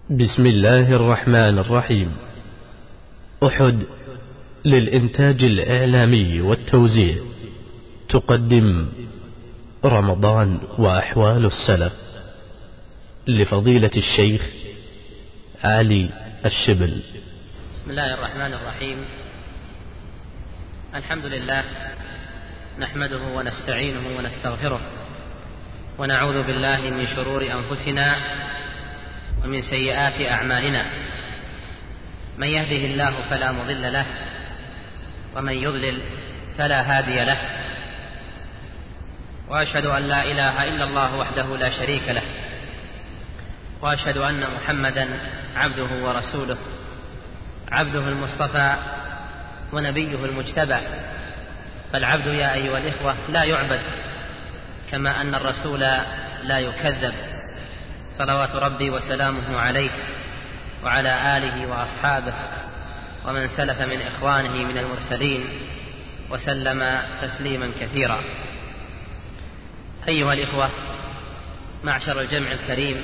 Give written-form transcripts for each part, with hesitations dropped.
بسم الله الرحمن الرحيم. أحد للإنتاج الإعلامي والتوزيع تقدم رمضان وأحوال السلف لفضيلة الشيخ علي الشبل. بسم الله الرحمن الرحيم. الحمد لله نحمده ونستعينه ونستغفره ونعوذ بالله من شرور أنفسنا ومن سيئات أعمالنا، من يهده الله فلا مضل له ومن يضلل فلا هادي له، وأشهد أن لا إله إلا الله وحده لا شريك له، وأشهد أن محمدا عبده ورسوله، عبده المصطفى ونبيه المجتبى. فالعبد يا أيها الإخوة لا يعبد، كما أن الرسول لا يكذب، صلوات ربي وسلامه عليه وعلى آله وأصحابه ومن سلف من إخوانه من المرسلين وسلم تسليما كثيرا. أيها الإخوة، معشر الجمع الكريم،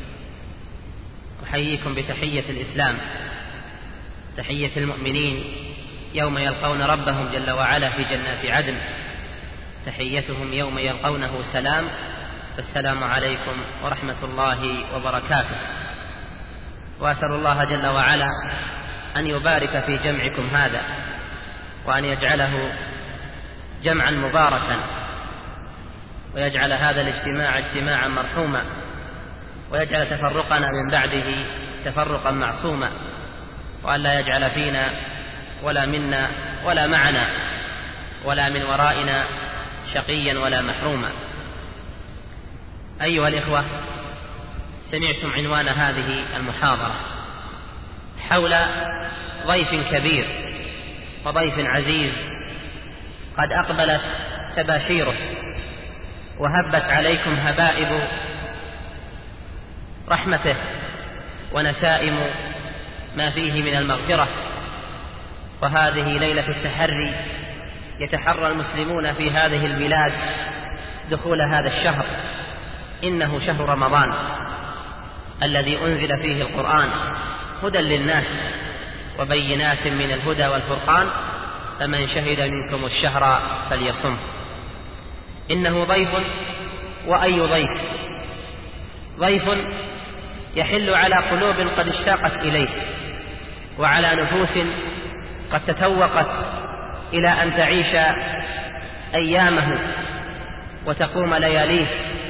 أحييكم بتحية الإسلام، تحية المؤمنين يوم يلقون ربهم جل وعلا في جنات عدن، تحيتهم يوم يلقونه سلام، السلام عليكم ورحمة الله وبركاته. وأسأل الله جل وعلا أن يبارك في جمعكم هذا، وأن يجعله جمعا مباركا، ويجعل هذا الاجتماع اجتماعا مرحوما، ويجعل تفرقنا من بعده تفرقا معصوما، وأن لا يجعل فينا ولا منا ولا معنا ولا من ورائنا شقيا ولا محروما. أيها الإخوة، سمعتم عنوان هذه المحاضرة حول ضيف كبير وضيف عزيز قد أقبلت تباشيره وهبت عليكم هبائب رحمته ونسائم ما فيه من المغفرة. وهذه ليلة التحري، يتحرى المسلمون في هذه البلاد دخول هذا الشهر، إنه شهر رمضان الذي أنزل فيه القرآن هدى للناس وبينات من الهدى والفرقان، فمن شهد منكم الشهر فليصم. إنه ضيف، وأي ضيف؟ ضيف يحل على قلوب قد اشتاقت إليه، وعلى نفوس قد تتوقت إلى أن تعيش أيامه وتقوم لياليه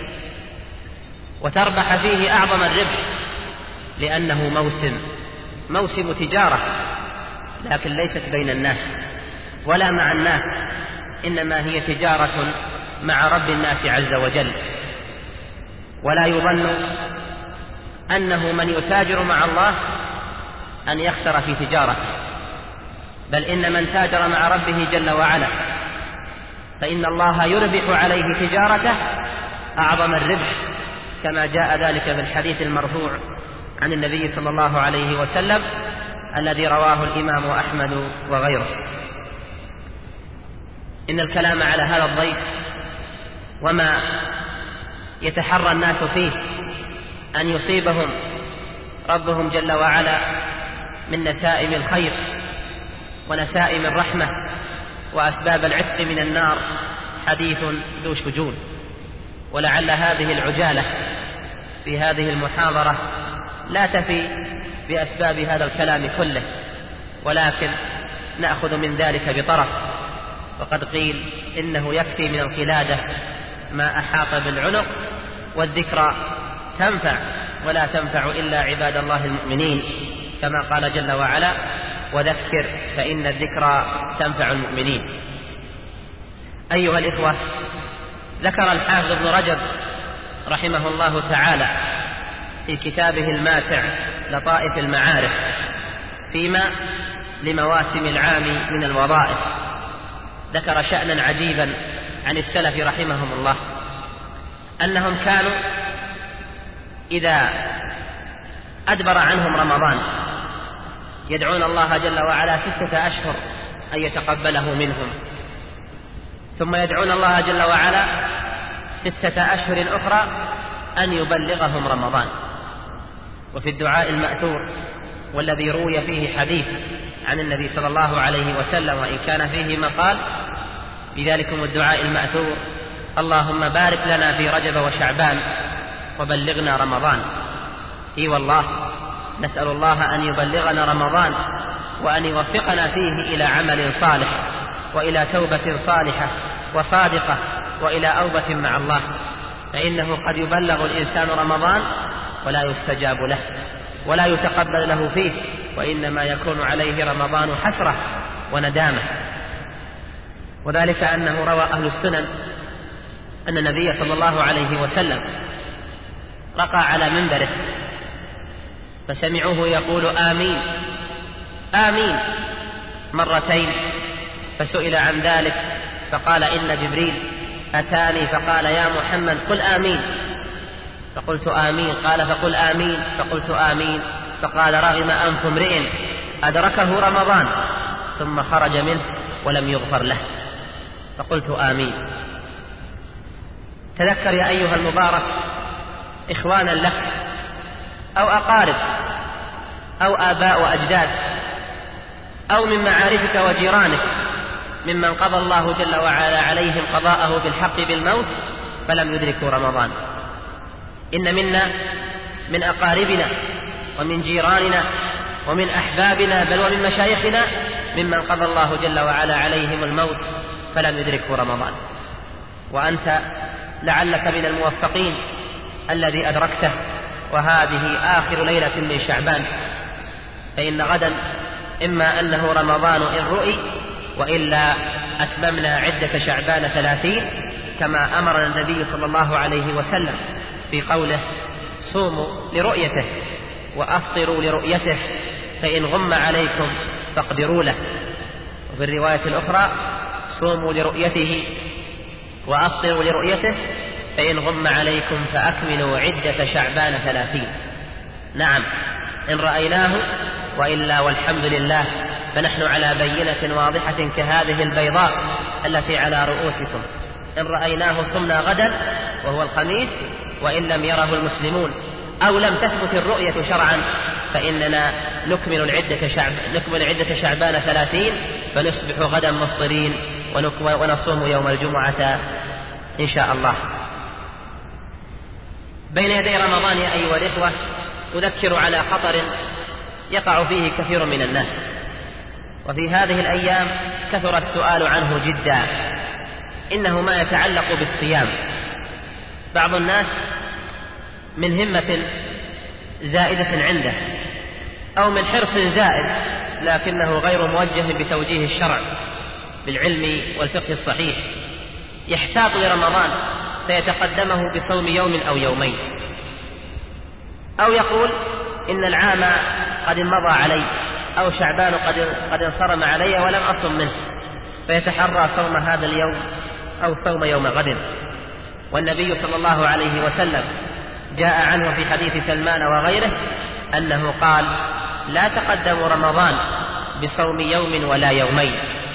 وتربح فيه أعظم الربح، لأنه موسم تجارة، لكن ليست بين الناس ولا مع الناس، إنما هي تجارة مع رب الناس عز وجل. ولا يظن أنه من يتاجر مع الله أن يخسر في تجارته، بل إن من تاجر مع ربه جل وعلا فإن الله يربح عليه تجارته أعظم الربح، كما جاء ذلك في الحديث المرفوع عن النبي صلى الله عليه وسلم الذي رواه الإمام أحمد وغيره. إن الكلام على هذا الضيف وما يتحرى الناس فيه أن يصيبهم ربهم جل وعلا من نسائم الخير ونسائم الرحمة وأسباب العتق من النار حديث ذو شجون. ولعل هذه العجالة في هذه المحاضرة لا تفي بأسباب هذا الكلام كله، ولكن نأخذ من ذلك بطرف. وقد قيل إنه يكفي من القلادة ما أحاط بالعنق، والذكرى تنفع ولا تنفع إلا عباد الله المؤمنين، كما قال جل وعلا: وذكر فإن الذكرى تنفع المؤمنين. أيها الإخوة، ذكر الحافظ ابن رجب رحمه الله تعالى في كتابه الماتع لطائف المعارف فيما لمواسم العام من الوظائف، ذكر شأنا عجيبا عن السلف رحمهم الله، أنهم كانوا إذا أدبر عنهم رمضان يدعون الله جل وعلا 6 أشهر أن يتقبله منهم، ثم يدعون الله جل وعلا 6 أشهر أخرى أن يبلغهم رمضان. وفي الدعاء المأثور والذي روي فيه حديث عن النبي صلى الله عليه وسلم وإن كان فيه مقال في ذلكم الدعاء المأثور: اللهم بارك لنا في رجب وشعبان وبلغنا رمضان. إي والله نسأل الله أن يبلغنا رمضان وأن يوفقنا فيه إلى عمل صالح وإلى توبة صالحة وصادقة وإلى أوبة مع الله، فإنه قد يبلغ الإنسان رمضان ولا يستجاب له ولا يتقبل له فيه، وإنما يكون عليه رمضان حسرة وندامة. وذلك أنه روى أهل السنن أن النبي صلى الله عليه وسلم رقى على منبره فسمعوه يقول آمين آمين مرتين، فسئل عن ذلك فقال إن جبريل أتاني فقال يا محمد قل آمين، فقلت آمين، قال فقل آمين، فقلت آمين، فقال رغم أنف امرئ أدركه رمضان ثم خرج منه ولم يغفر له، فقلت آمين. تذكر يا أيها المبارك إخوانا لك أو أقارب أو آباء وأجداد أو من معارفك وجيرانك ممن قضى الله جل وعلا عليهم قضاءه بالحق بالموت فلم يدركوا رمضان. إن منا من أقاربنا ومن جيراننا ومن أحبابنا بل ومن مشايخنا ممن قضى الله جل وعلا عليهم الموت فلم يدركوا رمضان، وأنت لعلك من الموفقين الذي أدركته، وهذه آخر ليلة من شعبان، فإن غدا إما أنه رمضان إن رؤي وإلا أتممنا عدة شعبان 30 كما أمرنا النبي صلى الله عليه وسلم في قوله صوموا لرؤيته وأفطروا لرؤيته فإن غم عليكم فاقدروا له. وفي الرواية الأخرى صوموا لرؤيته وأفطروا لرؤيته فإن غم عليكم فأكملوا عدة شعبان 30. نعم إن رأيناه، وإلا والحمد لله فنحن على بينة واضحة كهذه البيضاء التي على رؤوسكم. إن رأيناه ثمنا غدا وهو الخميس، وإن لم يره المسلمون أو لم تثبت الرؤية شرعا فإننا نكمل عدة شعبان 30 فنصبح غدا مفطرين ونصوم يوم الجمعة إن شاء الله. بين يدي رمضان يا أيها الإخوة أذكر على خطر يقع فيه كثير من الناس، وفي هذه الأيام كثر السؤال عنه جدا، إنه ما يتعلق بالصيام. بعض الناس من همة زائدة عنده أو من حرص زائد لكنه غير موجه بتوجيه الشرع بالعلم والفقه الصحيح يحتاط لرمضان فيتقدمه بصوم يوم أو يومين، أو يقول إن العام قد انمضى علي أو شعبان قد انصرم علي ولم أصم منه، فيتحرى صوم هذا اليوم أو صوم يوم غد. والنبي صلى الله عليه وسلم جاء عنه في حديث سلمان وغيره أنه قال لا تقدموا رمضان بصوم يوم ولا يومين.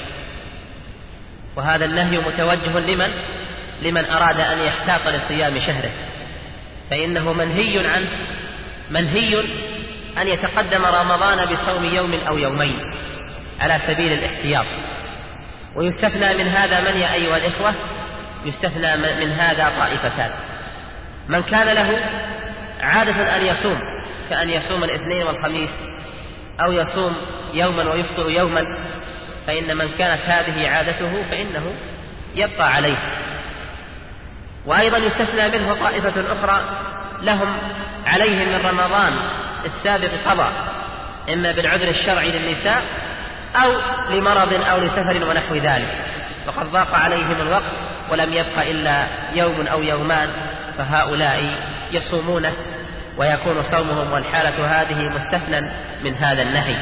وهذا النهي متوجه لمن أراد أن يحتاط لصيام شهره، فإنه منهي أن يتقدم رمضان بصوم يوم أو يومين على سبيل الاحتياط. ويستثنى من هذا من يا أيها الإخوة؟ يستثنى من هذا طائفتان: من كان له عادة أن يصوم كأن يصوم الاثنين والخميس أو يصوم يوما ويفطر يوما، فإن من كانت هذه عادته فإنه يبقى عليه. وأيضا يستثنى منه طائفة أخرى لهم عليهم من رمضان السابق قضاء، إما بالعذر الشرعي للنساء أو لمرض أو لسفر ونحو ذلك، وقد ضاق عليهم الوقت ولم يبق إلا يوم أو يومان، فهؤلاء يصومونه ويكون صومهم والحالة هذه مستثنى من هذا النهي.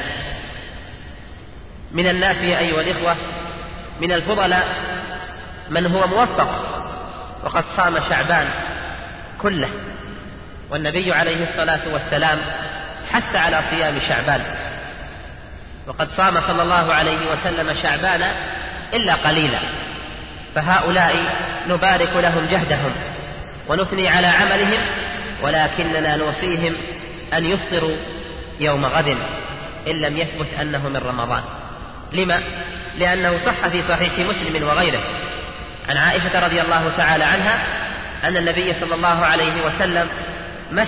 من الناس يا أيها الإخوة من الفضلاء من هو موفق وقد صام شعبان كله، والنبي عليه الصلاة والسلام حث على صيام شعبان، وقد صام صلى الله عليه وسلم شعبان إلا قليلا، فهؤلاء نبارك لهم جهدهم ونثني على عملهم، ولكننا نوصيهم أن يفطروا يوم غد إن لم يثبت أنه من رمضان. لما؟ لأنه صح في صحيح مسلم وغيره عن عائشة رضي الله تعالى عنها أن النبي صلى الله عليه وسلم ما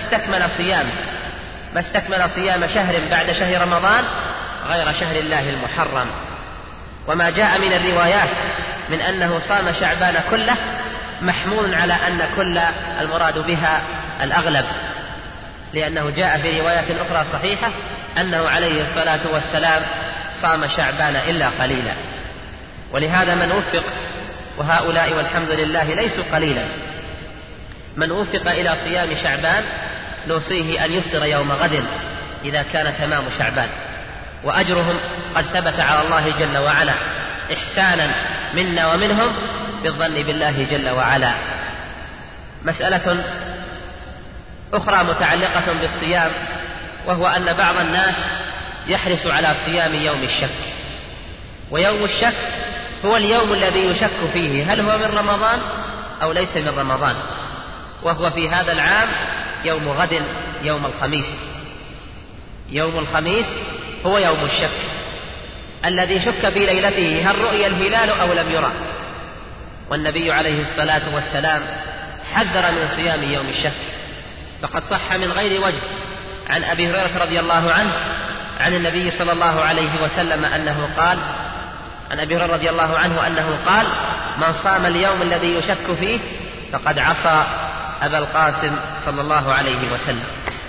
استكمل صيام شهر بعد شهر رمضان غير شهر الله المحرم. وما جاء من الروايات من أنه صام شعبان كله محمول على أن كل المراد بها الأغلب، لأنه جاء في روايات أخرى صحيحة أنه عليه الصلاة والسلام صام شعبان إلا قليلا. ولهذا من وفق، وهؤلاء والحمد لله ليسوا قليلا، من وفق إلى صيام شعبان نوصيه أن يفطر يوم غد إذا كان تمام شعبان، وأجرهم قد ثبت على الله جل وعلا إحسانا منا ومنهم بالظن بالله جل وعلا. مسألة أخرى متعلقة بالصيام، وهو أن بعض الناس يحرص على صيام يوم الشك، ويوم الشك هو اليوم الذي يشك فيه هل هو من رمضان أو ليس من رمضان، وهو في هذا العام يوم غد يوم الخميس. يوم الخميس هو يوم الشك الذي شك في ليلته هل رؤي الهلال أو لم يرى، والنبي عليه الصلاة والسلام حذر من صيام يوم الشك، فقد صح من غير وجه عن أبي هريرة رضي الله عنه عن النبي صلى الله عليه وسلم أنه قال، عن أبي هريرة رضي الله عنه أنه قال: من صام اليوم الذي يشك فيه فقد عصى أبا القاسم صلى الله عليه وسلم.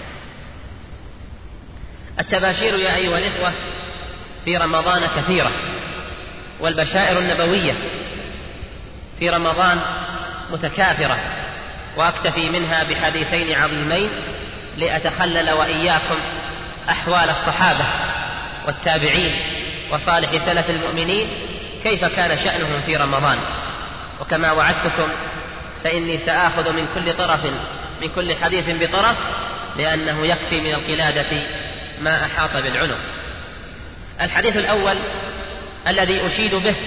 التباشير يا أيها الإخوة في رمضان كثيرة، والبشائر النبوية في رمضان متكاثرة، وأكتفي منها بحديثين عظيمين لأتخلل وإياكم أحوال الصحابة والتابعين وصالح سلف المؤمنين كيف كان شأنهم في رمضان. وكما وعدتكم فإني سآخذ من كل حديث بطرف، لأنه يكفي من القلادة ما أحاط بالعنق. الحديث الأول الذي أشيد به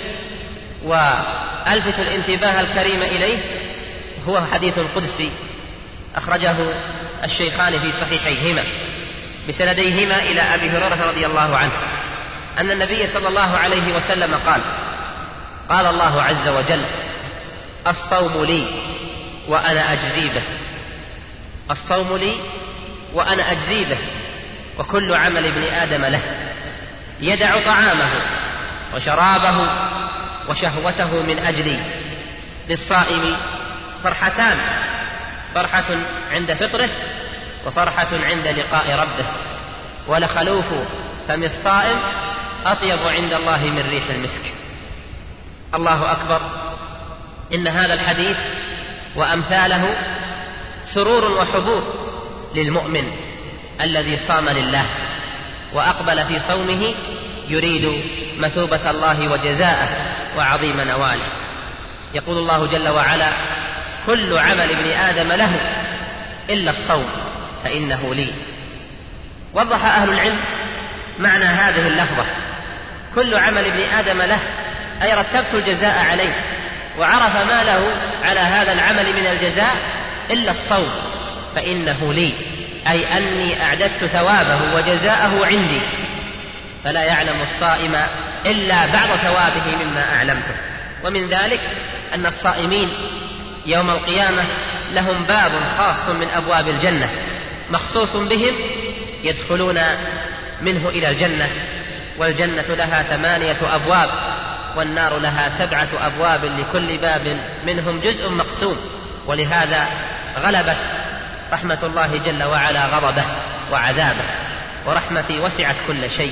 وألفت الانتباه الكريم إليه هو حديث قدسي أخرجه الشيخان في صحيحيهما بسنديهما إلى أبي هريرة رضي الله عنه أن النبي صلى الله عليه وسلم قال: قال الله عز وجل: الصوم لي وأنا أجزي به. الصوم لي وأنا أجزي به، وكل عمل ابن آدم له، يدع طعامه وشرابه وشهوته من أجلي. للصائم فرحتان: فرحة عند فطره، وفرحة عند لقاء ربه. ولخلوف فم الصائم أطيب عند الله من ريح المسك. الله أكبر! إن هذا الحديث وأمثاله سرور وحبور للمؤمن الذي صام لله وأقبل في صومه يريد مثوبة الله وجزاءه وعظيم نواله. يقول الله جل وعلا: كل عمل ابن آدم له إلا الصوم فإنه لي. وضح أهل العلم معنى هذه اللفظة: كل عمل ابن آدم له، أي رتبت الجزاء عليه، وعرف ما له على هذا العمل من الجزاء إلا الصوم فإنه لي، أي أني أعددت ثوابه وجزاءه عندي، فلا يعلم الصائم إلا بعض ثوابه مما أعلمته. ومن ذلك أن الصائمين يوم القيامة لهم باب خاص من أبواب الجنة مخصوص بهم يدخلون منه إلى الجنة، والجنة لها 8 أبواب، والنار لها 7 أبواب، لكل باب منهم جزء مقسوم. ولهذا غلبت رحمة الله جل وعلا غضبه وعذابه، ورحمتي وسعت كل شيء.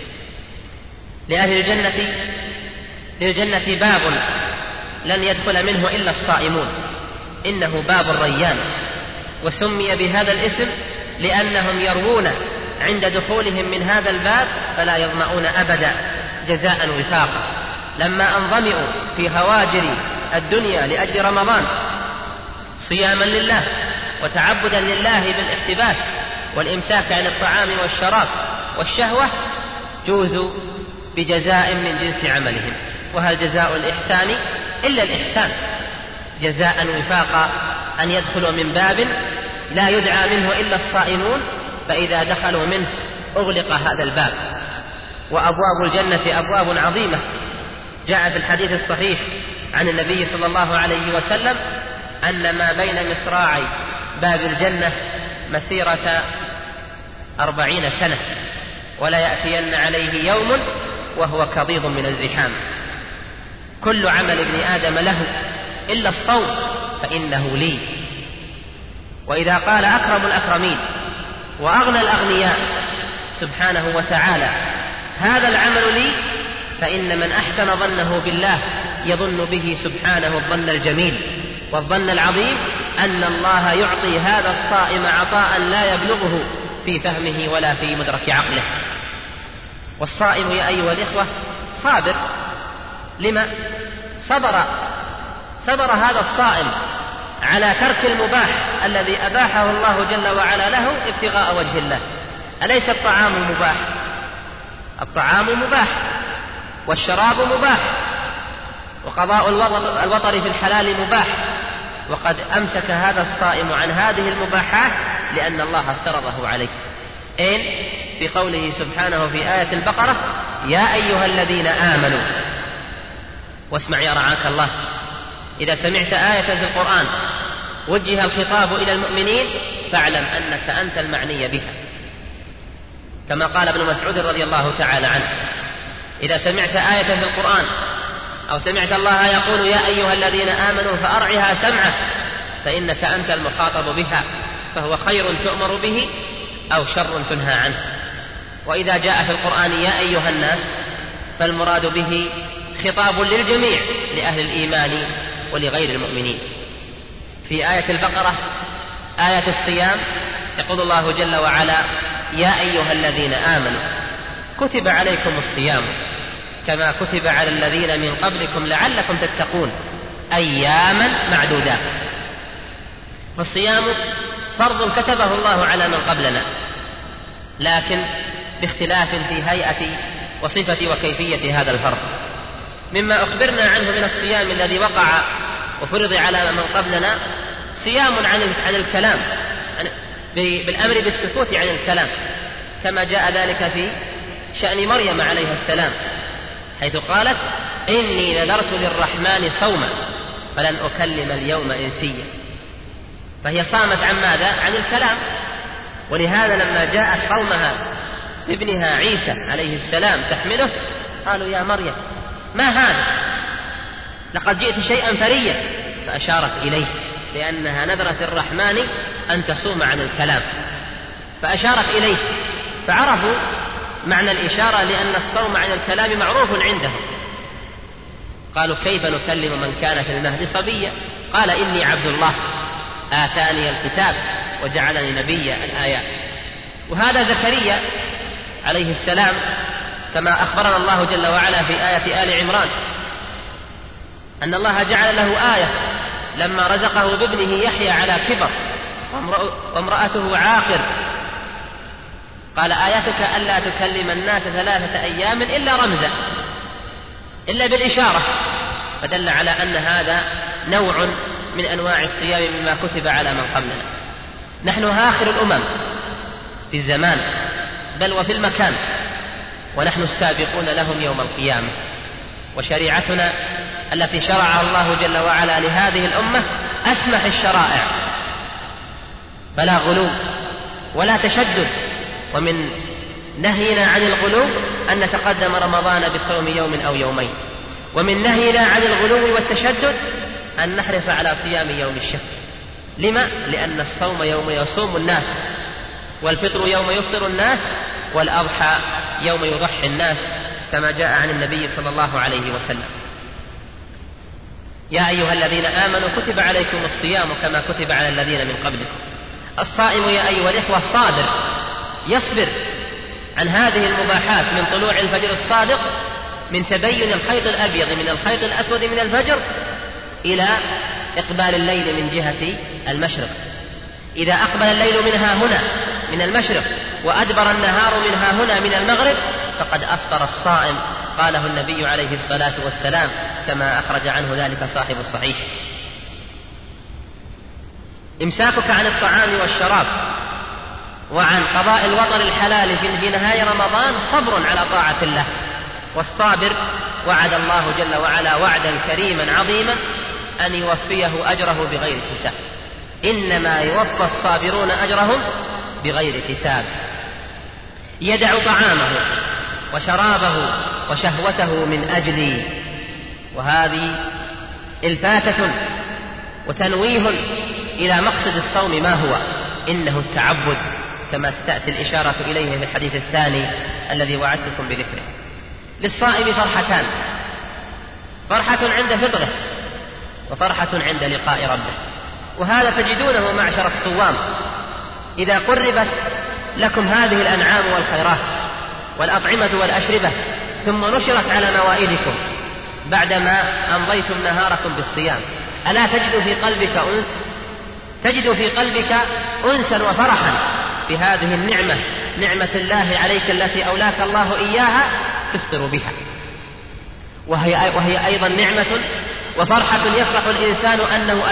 للجنة باب لن يدخل منه إلا الصائمون، إنه باب الريان، وسمي بهذا الاسم لأنهم يروون عند دخولهم من هذا الباب فلا يظمؤون أبدا جزاء وفاقا. لما أنظمئوا في هواجر الدنيا لأجل رمضان صياما لله وتعبدا لله بالاحتباس والإمساك عن الطعام والشراب والشهوة، جوزوا بجزاء من جنس عملهم. وهل جزاء الإحسان إلا الإحسان؟ جزاء وفاقا أن يدخلوا من باب لا يدعى منه إلا الصائمون، فإذا دخلوا منه أغلق هذا الباب. وأبواب الجنة أبواب عظيمة، جاء في الحديث الصحيح عن النبي صلى الله عليه وسلم أن ما بين مصراعي باب الجنة مسيرة 40 سنة، ولا يأتين عليه يوم وهو كضيض من الزحام. كل عمل ابن آدم له إلا الصوم فإنه لي. وإذا قال أكرم الأكرمين وأغنى الأغنياء سبحانه وتعالى هذا العمل لي، فإن من أحسن ظنه بالله يظن به سبحانه الظن الجميل والظن العظيم أن الله يعطي هذا الصائم عطاء لا يبلغه في فهمه ولا في مدرك عقله. والصائم يا أيها الإخوة صابر. لما؟ صبر هذا الصائم على ترك المباح الذي أباحه الله جل وعلا له ابتغاء وجه الله. أليس الطعام مباح؟ الطعام مباح، والشراب مباح، وقضاء الوطر في الحلال مباح، وقد أمسك هذا الصائم عن هذه المباحات لأن الله افترضه عليه. في قوله سبحانه في آية البقرة: يا أيها الذين آمنوا. واسمع يا رعاك الله، إذا سمعت آية في القرآن وجه الخطاب إلى المؤمنين فاعلم أنك أنت المعني بها، كما قال ابن مسعود رضي الله تعالى عنه: إذا سمعت آية في القرآن أو سمعت الله يقول يا أيها الذين آمنوا فأرعها سمعك، فإنك أنت المخاطب بها، فهو خير تؤمر به أو شر تنهى عنه. وإذا جاء في القرآن يا أيها الناس فالمراد به خطاب للجميع، لأهل الإيمان ولغير المؤمنين. في آية البقرة آية الصيام يقول الله جل وعلا: يا أيها الذين آمنوا كتب عليكم الصيام كما كتب على الذين من قبلكم لعلكم تتقون أياما معدودات. والصيام فرض كتبه الله على من قبلنا، لكن باختلاف في هيئة وصفة وكيفية هذا الفرض. مما أخبرنا عنه من الصيام الذي وقع وفرض على من قبلنا صيام عن الكلام، بالأمر بالسكوت عن الكلام، كما جاء ذلك في شأن مريم عليه السلام، حيث قالت: إني نذرت للرحمن صوما فلن أكلم اليوم إنسيا. فهي صامت عن ماذا؟ عن الكلام. ولهذا لما جاءت قومها بابنها عيسى عليه السلام تحمله قالوا: يا مريم ما هذا؟ لقد جئت شيئا فريا. فأشارت إليه لأنها نذرت الرحمن أن تصوم عن الكلام، فأشارت إليه، فعرفوا معنى الإشارة، لأن الصوم عن الكلام معروف عندهم. قالوا: كيف نكلم من كان في المهد صبيا؟ قال: إني عبد الله آتاني الكتاب وجعلني نبيا. الآيات. وهذا زكريا عليه السلام كما أخبرنا الله جل وعلا في آية آل عمران أن الله جعل له آية لما رزقه بابنه يحيى على كبر وامرأته عاقر، قال: آياتك ألا تكلم الناس 3 أيام إلا رمزا، إلا بالإشارة، فدل على أن هذا نوع من أنواع الصيام مما كتب على من قبلنا. نحن آخر الأمم في الزمان بل وفي المكان، ونحن السابقون لهم يوم القيامة. وشريعتنا التي شرعها الله جل وعلا لهذه الأمة أسمح الشرائع، فلا غلو ولا تشدد. ومن نهينا عن الغلو أن نتقدم رمضان بصوم يوم أو يومين، ومن نهينا عن الغلو والتشدد أن نحرص على صيام يوم الشك. لما؟ لأن الصوم يوم يصوم الناس، والفطر يوم يفطر الناس، والأضحى يوم يضحي الناس، كما جاء عن النبي صلى الله عليه وسلم. يا أيها الذين آمنوا كتب عليكم الصيام كما كتب على الذين من قبلكم. الصائم يا أيها الإخوة صابر، يصبر عن هذه المباحات من طلوع الفجر الصادق، من تبين الخيط الأبيض من الخيط الأسود من الفجر إلى إقبال الليل من جهة المشرق. إذا أقبل الليل منها هنا من المشرق وأدبر النهار منها هنا من المغرب فقد أفطر الصائم، قاله النبي عليه الصلاة والسلام كما أخرج عنه ذلك صاحب الصحيح. إمساكك عن الطعام والشراب وعن قضاء الوطر الحلال في نهاية رمضان صبر على طاعة الله. والصابر وعد الله جل وعلا وعدا كريما عظيما أن يوفيه أجره بغير حساب. إنما يوفى الصابرون أجرهم بغير حساب. يدع طعامه وشرابه وشهوته من أجلي. وهذه الفاتة وتنويه إلى مقصد الصوم ما هو، إنه التعبد، كما ستأتي الإشارة إليه في الحديث الثاني الذي وعدتكم بذكره. للصائم فرحتان: فرحة عند فطره، وفرحة عند لقاء ربه. وهذا تجدونه معشر الصوام إذا قربت لكم هذه الأنعام والخيرات والأطعمة والأشربة ثم نشرت على موائدكم بعدما أمضيتم نهاركم بالصيام، ألا تجد في قلبك أنس؟ تجد في قلبك أنسا وفرحا بهذه النعمة، نعمة الله عليك التي أولاك الله إياها تفطر بها، وهي أيضا نعمة وفرحة يفرح الإنسان أنه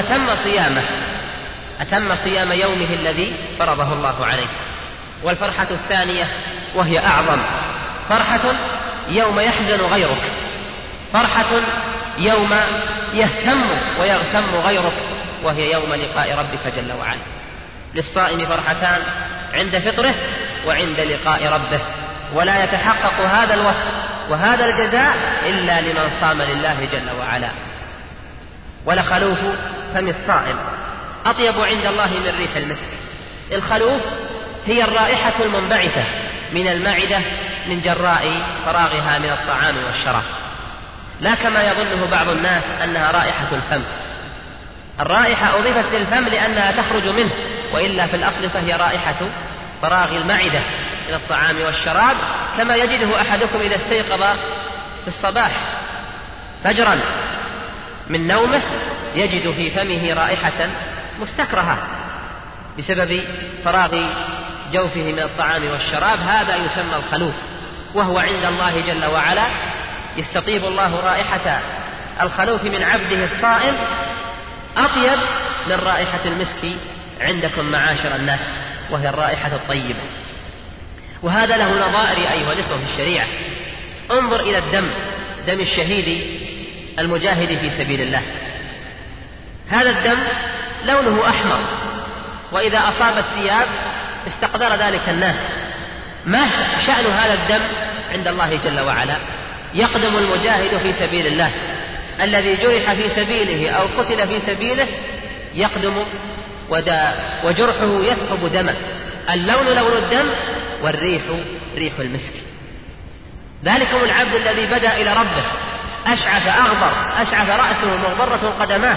أتم صيام يومه الذي فرضه الله عليه. والفرحة الثانية وهي أعظم، فرحة يوم يحزن غيرك، فرحة يوم يهتم ويغتم غيرك، وهي يوم لقاء ربك جل وعلا. للصائم فرحتان: عند فطره وعند لقاء ربه. ولا يتحقق هذا الوصف وهذا الجزاء إلا لمن صام لله جل وعلا. ولخلوف فم الصائم أطيب عند الله من ريح المسك. الخلوف هي الرائحة المنبعثة من المعدة من جراء فراغها من الطعام والشراب، لا كما يظنه بعض الناس أنها رائحة الفم. الرائحة أضيفت للفم لأنها تخرج منه، وإلا في الأصل فهي رائحة فراغ المعدة من الطعام والشراب، كما يجده أحدكم إذا استيقظ في الصباح فجرا من نومه يجد في فمه رائحة مستكرهة بسبب فراغ جوفه من الطعام والشراب. هذا يسمى الخلوف، وهو عند الله جل وعلا يستطيب الله رائحة الخلوف من عبده الصائم أطيب من رائحة المسك عندكم معاشر الناس، وهي الرائحة الطيبة. وهذا له نظائر أيها الإخوة في الشريعة. انظر إلى دم الشهيد المجاهد في سبيل الله. هذا الدم لونه أحمر، وإذا أصاب الثياب استقدر ذلك الناس. ما شأن هذا الدم عند الله جل وعلا؟ يقدم المجاهد في سبيل الله الذي جرح في سبيله أو قتل في سبيله، يقدم وجرحه يسحب دمه. اللون لون الدم والريح ريح المسك. ذلكم العبد الذي بدأ إلى ربه أشعث أغبر، أشعث رأسه مغبرة قدماه،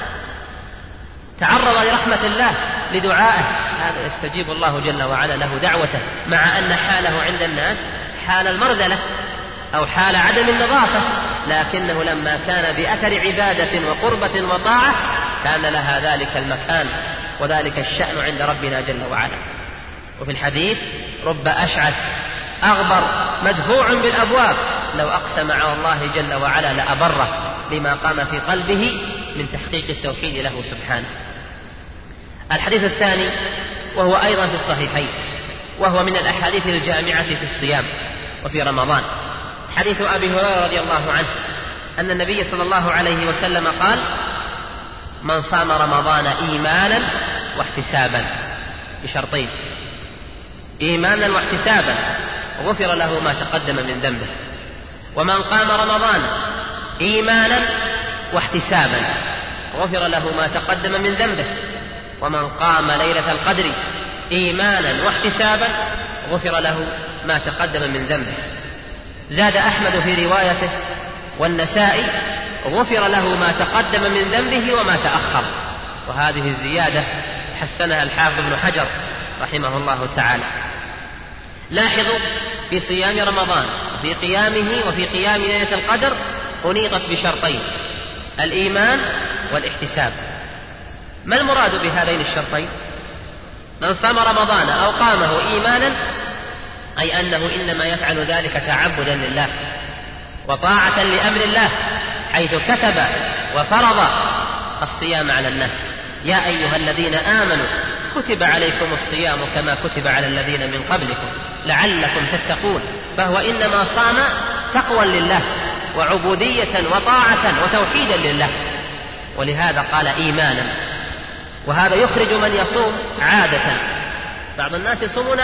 تعرض لرحمة الله لدعائه، هذا يستجيب الله جل وعلا له دعوته، مع أن حاله عند الناس حال المرذلة أو حال عدم النظافة، لكنه لما كان بأثر عبادة وقربة وطاعة كان لها ذلك المكان وذلك الشأن عند ربنا جل وعلا. وفي الحديث: رب أشعث أغبر مدفوع بالأبواب لو أقسم على الله جل وعلا لأبره، لما قام في قلبه من تحقيق التوحيد له سبحانه. الحديث الثاني وهو أيضا في الصحيحين، وهو من الأحاديث الجامعة في الصيام وفي رمضان، حديث أبي هريرة رضي الله عنه أن النبي صلى الله عليه وسلم قال: من صام رمضان إيمانا واحتسابا، بشرطين: إيمانا واحتسابا غفر له ما تقدم من ذنبه. ومن قام رمضان إيمانا واحتسابا غفر له ما تقدم من ذنبه. ومن قام ليلة القدر إيمانا واحتسابا غفر له ما تقدم من ذنبه. زاد أحمد في روايته والنسائي: غفر له ما تقدم من ذنبه وما تأخر. وهذه الزيادة حسنها الحافظ ابن حجر رحمه الله تعالى. لاحظوا في صيام رمضان في قيامه وفي قيام ليلة القدر أنيطت بشرطين: الإيمان والاحتساب. ما المراد بهذين الشرطين؟ من صام رمضان أو قامه إيمانا أي أنه إنما يفعل ذلك تعبدا لله وطاعة لأمر الله، حيث كتب وفرض الصيام على الناس: يا أيها الذين آمنوا كتب عليكم الصيام كما كتب على الذين من قبلكم لعلكم تتقون، فهو إنما صام تقوى لله وعبودية وطاعة وتوحيدا لله، ولهذا قال إيمانا. وهذا يخرج من يصوم عادة. بعض الناس يصومون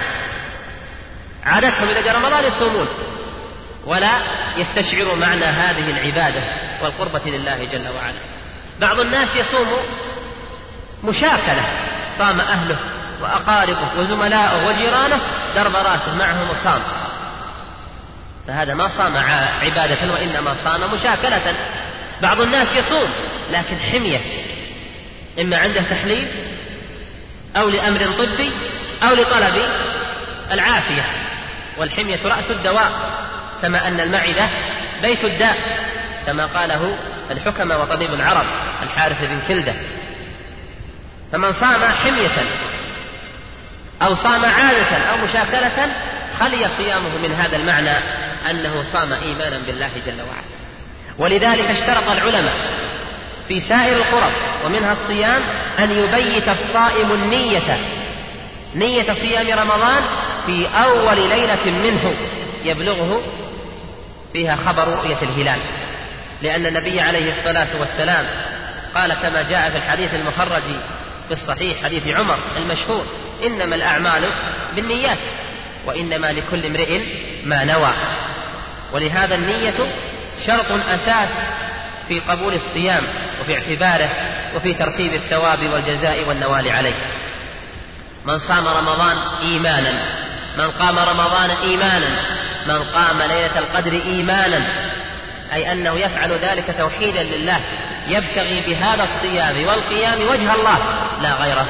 عادتهم إذا جاء رمضان يصومون ولا يستشعروا معنى هذه العبادة والقربة لله جل وعلا. بعض الناس يصوم مشاكلة، صام أهله وأقاربه وزملاءه وجيرانه درب راسه معهم وصام، فهذا ما صام عبادة وإنما صام مشاكلة. بعض الناس يصوم لكن حمية، إما عنده تحليل أو لأمر طبي أو لطلب العافية، والحمية رأس الدواء، كما أن المعدة بيت الداء، كما قاله الحكمة وطبيب العرب الحارث بن كلدة. فمن صام حمية أو صام عادة أو مشاكلة خلي صيامه من هذا المعنى أنه صام إيمانا بالله جل وعلا. ولذلك اشترط العلماء في سائر القرب ومنها الصيام أن يبيت الصائم نية صيام رمضان في أول ليلة منه يبلغه فيها خبر رؤية الهلال، لأن النبي عليه الصلاة والسلام قال كما جاء في الحديث المخرج في الصحيح حديث عمر المشهور: إنما الأعمال بالنيات وإنما لكل امرئ ما نوى. ولهذا النية شرط أساس في قبول الصيام وفي اعتباره وفي ترتيب الثواب والجزاء والنوال عليه. من صام رمضان إيمانا، من قام رمضان إيمانا، من قام ليلة القدر إيمانا، أي أنه يفعل ذلك توحيدا لله، يبتغي بهذا الصيام والقيام وجه الله لا غيره.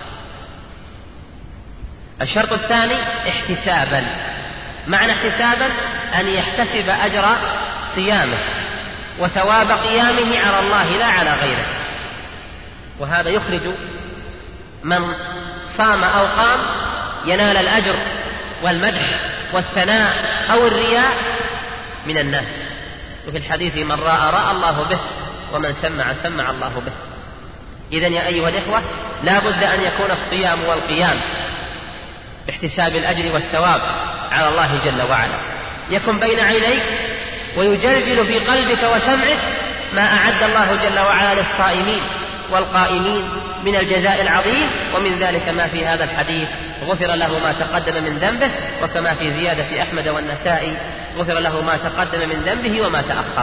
الشرط الثاني احتسابا. معنى احتسابا أن يحتسب أجر صيامه وثواب قيامه على الله لا على غيره. وهذا يخرج من صام أو قام ينال الأجر والمدح والثناء أو الرياء من الناس. وفي الحديث: من رأى الله به ومن سمع الله به. إذن يا أيها الإخوة لا بد أن يكون الصيام والقيام باحتساب الأجر والثواب على الله جل وعلا، يكن بين عينيك ويجلجل في قلبك وسمعك ما أعد الله جل وعلا للصائمين والقائمين من الجزاء العظيم. ومن ذلك ما في هذا الحديث: غفر له ما تقدم من ذنبه، وكما في زيادة أحمد والنسائي: غفر له ما تقدم من ذنبه وما تأخر.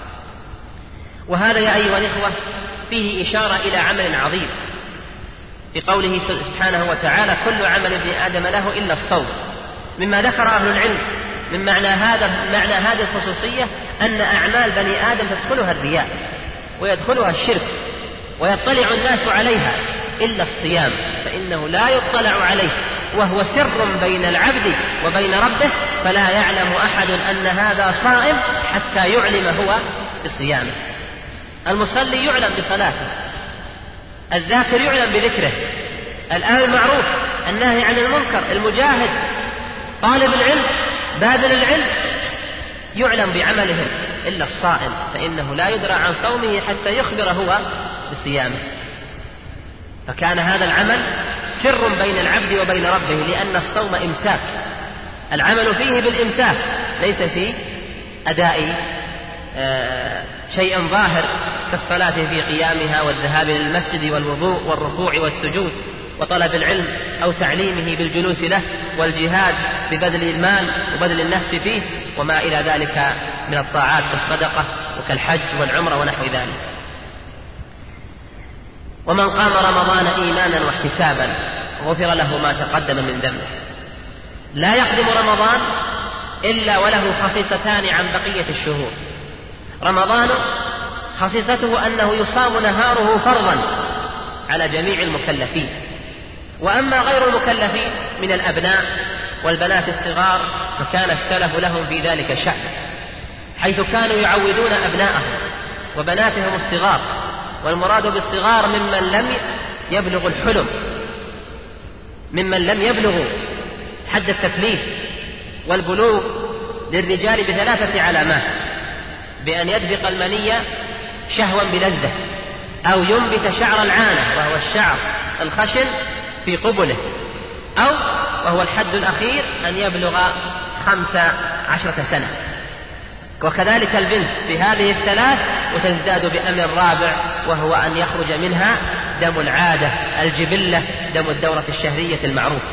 وهذا يا أيها الإخوة فيه إشارة إلى عمل عظيم في قوله سبحانه وتعالى: كل عمل ابن آدم له إلا الصوم. مما ذكر أهل العلم من معنى هذه الخصوصية أن أعمال بني آدم تدخلها الرياء ويدخلها الشرك ويطلع الناس عليها إلا الصيام، فإنه لا يطلع عليه، وهو سر بين العبد وبين ربه، فلا يعلم أحد أن هذا صائم حتى يعلم هو بصيامه. المصلي يعلم بصلاته، الذاكر يعلم بذكره، الآمر بالمعروف الناهي عن المنكر، المجاهد، طالب العلم، باذل العلم، يعلم بعملهم، إلا الصائم فإنه لا يدرى عن صومه حتى يخبر هو بصيامه. فكان هذا العمل سر بين العبد وبين ربه، لأن الصوم إمساك، العمل فيه بالإمساك، ليس في أداء شيء ظاهر كالصلاة في قيامها والذهاب للمسجد والوضوء والركوع والسجود وطلب العلم أو تعليمه بالجلوس له والجهاد ببذل المال وبذل النفس فيه وما إلى ذلك من الطاعات كالصدقة وكالحج والعمرة ونحو ذلك. ومن قام رمضان إيمانا واحتسابا غفر له ما تقدم من ذنبه. لا يقدم رمضان إلا وله خصيصتان عن بقية الشهور. رمضان خصيصته أنه يصام نهاره فرضا على جميع المكلفين، وأما غير المكلفين من الأبناء والبنات الصغار فكان السلف لهم في ذلك شأن، حيث كانوا يعودون أبناءهم وبناتهم الصغار، والمراد بالصغار ممن لم يبلغ الحلم، ممن لم يبلغوا حد التكليف والبلوغ للرجال ب3 علامات: بأن يدفق المني شهوا بلذة، أو ينبت شعر العانة وهو الشعر الخشن في قبله، أو وهو الحد الأخير أن يبلغ 15 سنة. وكذلك البنت في هذه الثلاث، وتزداد بأمر رابع وهو أن يخرج منها دم العادة الجبلة، دم الدورة الشهرية المعروف.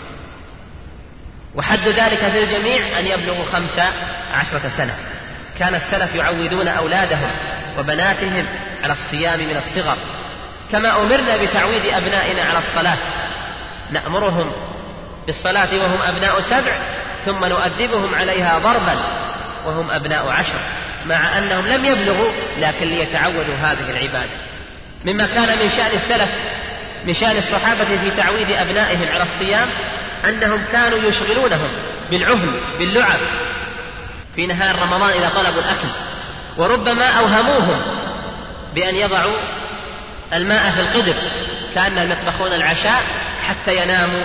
وحد ذلك في الجميع أن يبلغوا 15 سنة. كان السلف يعودون أولادهم وبناتهم على الصيام من الصغر، كما أمرنا بتعويد أبنائنا على الصلاة، نأمرهم بالصلاة وهم أبناء 7، ثم نؤدبهم عليها ضربا وهم أبناء 10، مع أنهم لم يبلغوا لكن ليتعودوا هذه العبادة. مما كان من شأن السلف من شأن الصحابة في تعويد أبنائهم على الصيام أنهم كانوا يشغلونهم بالعهن باللعب في نهار رمضان إذا طلبوا الأكل، وربما أوهموهم بأن يضعوا الماء في القدر كأنهم يطبخون العشاء حتى يناموا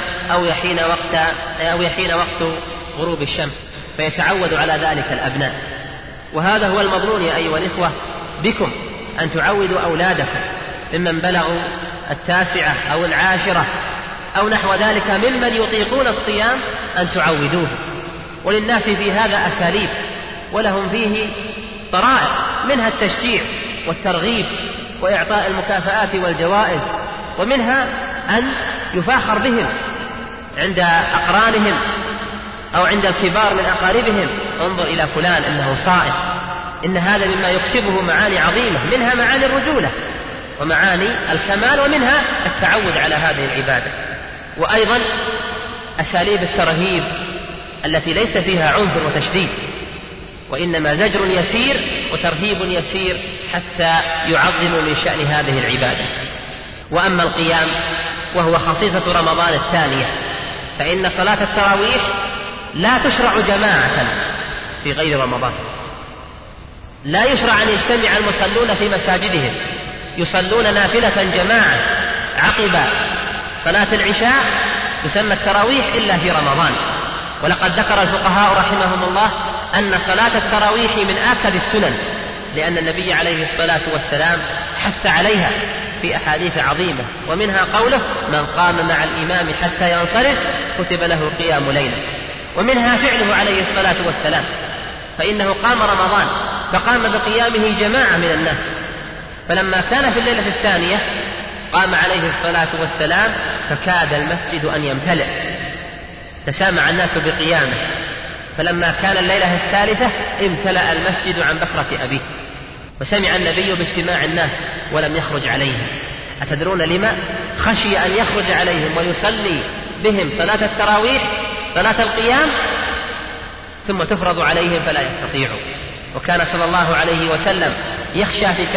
أو يحين وقت غروب الشمس، فيتعود على ذلك الأبناء. وهذا هو المظنون يا أيها الإخوة بكم، أن تعودوا أولادكم ممن بلغوا 9 أو 10 أو نحو ذلك ممن يطيقون الصيام أن تعودوه. وللناس في هذا أساليب ولهم فيه طرائق، منها التشجيع والترغيب وإعطاء المكافآت والجوائز، ومنها أن يفاخر بهم عند أقرانهم أو عند الكبار من أقاربهم، انظر إلى فلان إنه صائم. إن هذا مما يكسبه معاني عظيمة، منها معاني الرجولة ومعاني الكمال، ومنها التعود على هذه العبادة. وأيضا أساليب الترهيب التي ليس فيها عنف وتشديد، وإنما زجر يسير وترهيب يسير حتى يعظموا من شأن هذه العبادة. وأما القيام وهو خصيصة رمضان الثانية، فإن صلاة التراويح لا تشرع جماعة في غير رمضان. لا يشرع أن يجتمع المصلون في مساجدهم يصلون نافلة جماعة عقب صلاة العشاء تسمى التراويح إلا في رمضان. ولقد ذكر الفقهاء رحمهم الله أن صلاة التراويح من آكد السنن، لأن النبي عليه الصلاة والسلام حث عليها في أحاديث عظيمة، ومنها قوله: من قام مع الإمام حتى ينصرف كتب له قيام ليلة. ومنها فعله عليه الصلاة والسلام، فإنه قام رمضان فقام بقيامه جماعة من الناس، فلما كان في الليلة الثانية قام عليه الصلاة والسلام فكاد المسجد أن يمتلئ، تسامع الناس بقيامه. فلما كان الليلة الثالثة امتلأ المسجد عن بكرة أبيه، وسمع النبي باجتماع الناس ولم يخرج عليهم. أتدرون لما؟ خشي أن يخرج عليهم ويصلي بهم صلاة التراويح صلاة القيام ثم تفرض عليهم فلا يستطيعوا. وكان صلى الله عليه وسلم يخشى في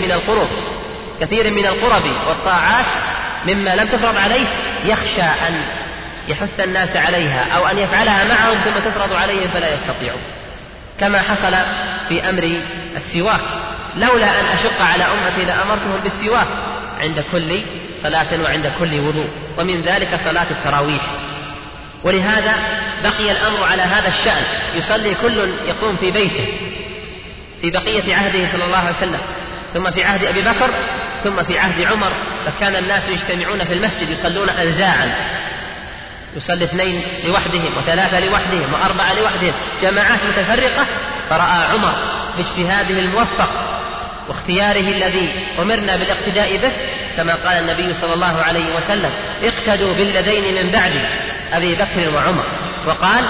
كثير من القرب والطاعات مما لم تفرض عليه، يخشى أن يحث الناس عليها أو أن يفعلها معهم ثم تفرض عليهم فلا يستطيعوا، كما حصل في أمر السواك. لولا أن أشق على أمتي لأمرتهم بالسواك عند كل صلاة وعند كل وضوء، ومن ذلك صلاة التراويح. ولهذا بقي الأمر على هذا الشأن، يصلي كل يقوم في بيته في بقية عهده صلى الله عليه وسلم، ثم في عهد أبي بكر، ثم في عهد عمر، فكان الناس يجتمعون في المسجد يصلون أنزاعا، يصلي 2 لوحدهم و3 لوحدهم و4 لوحدهم، جماعات متفرقة. فرأى عمر باجتهاده الموفق واختياره الذي أمرنا بالاقتداء به، كما قال النبي صلى الله عليه وسلم: اقتدوا بالذين من بعد أبي بكر وعمر. وقال: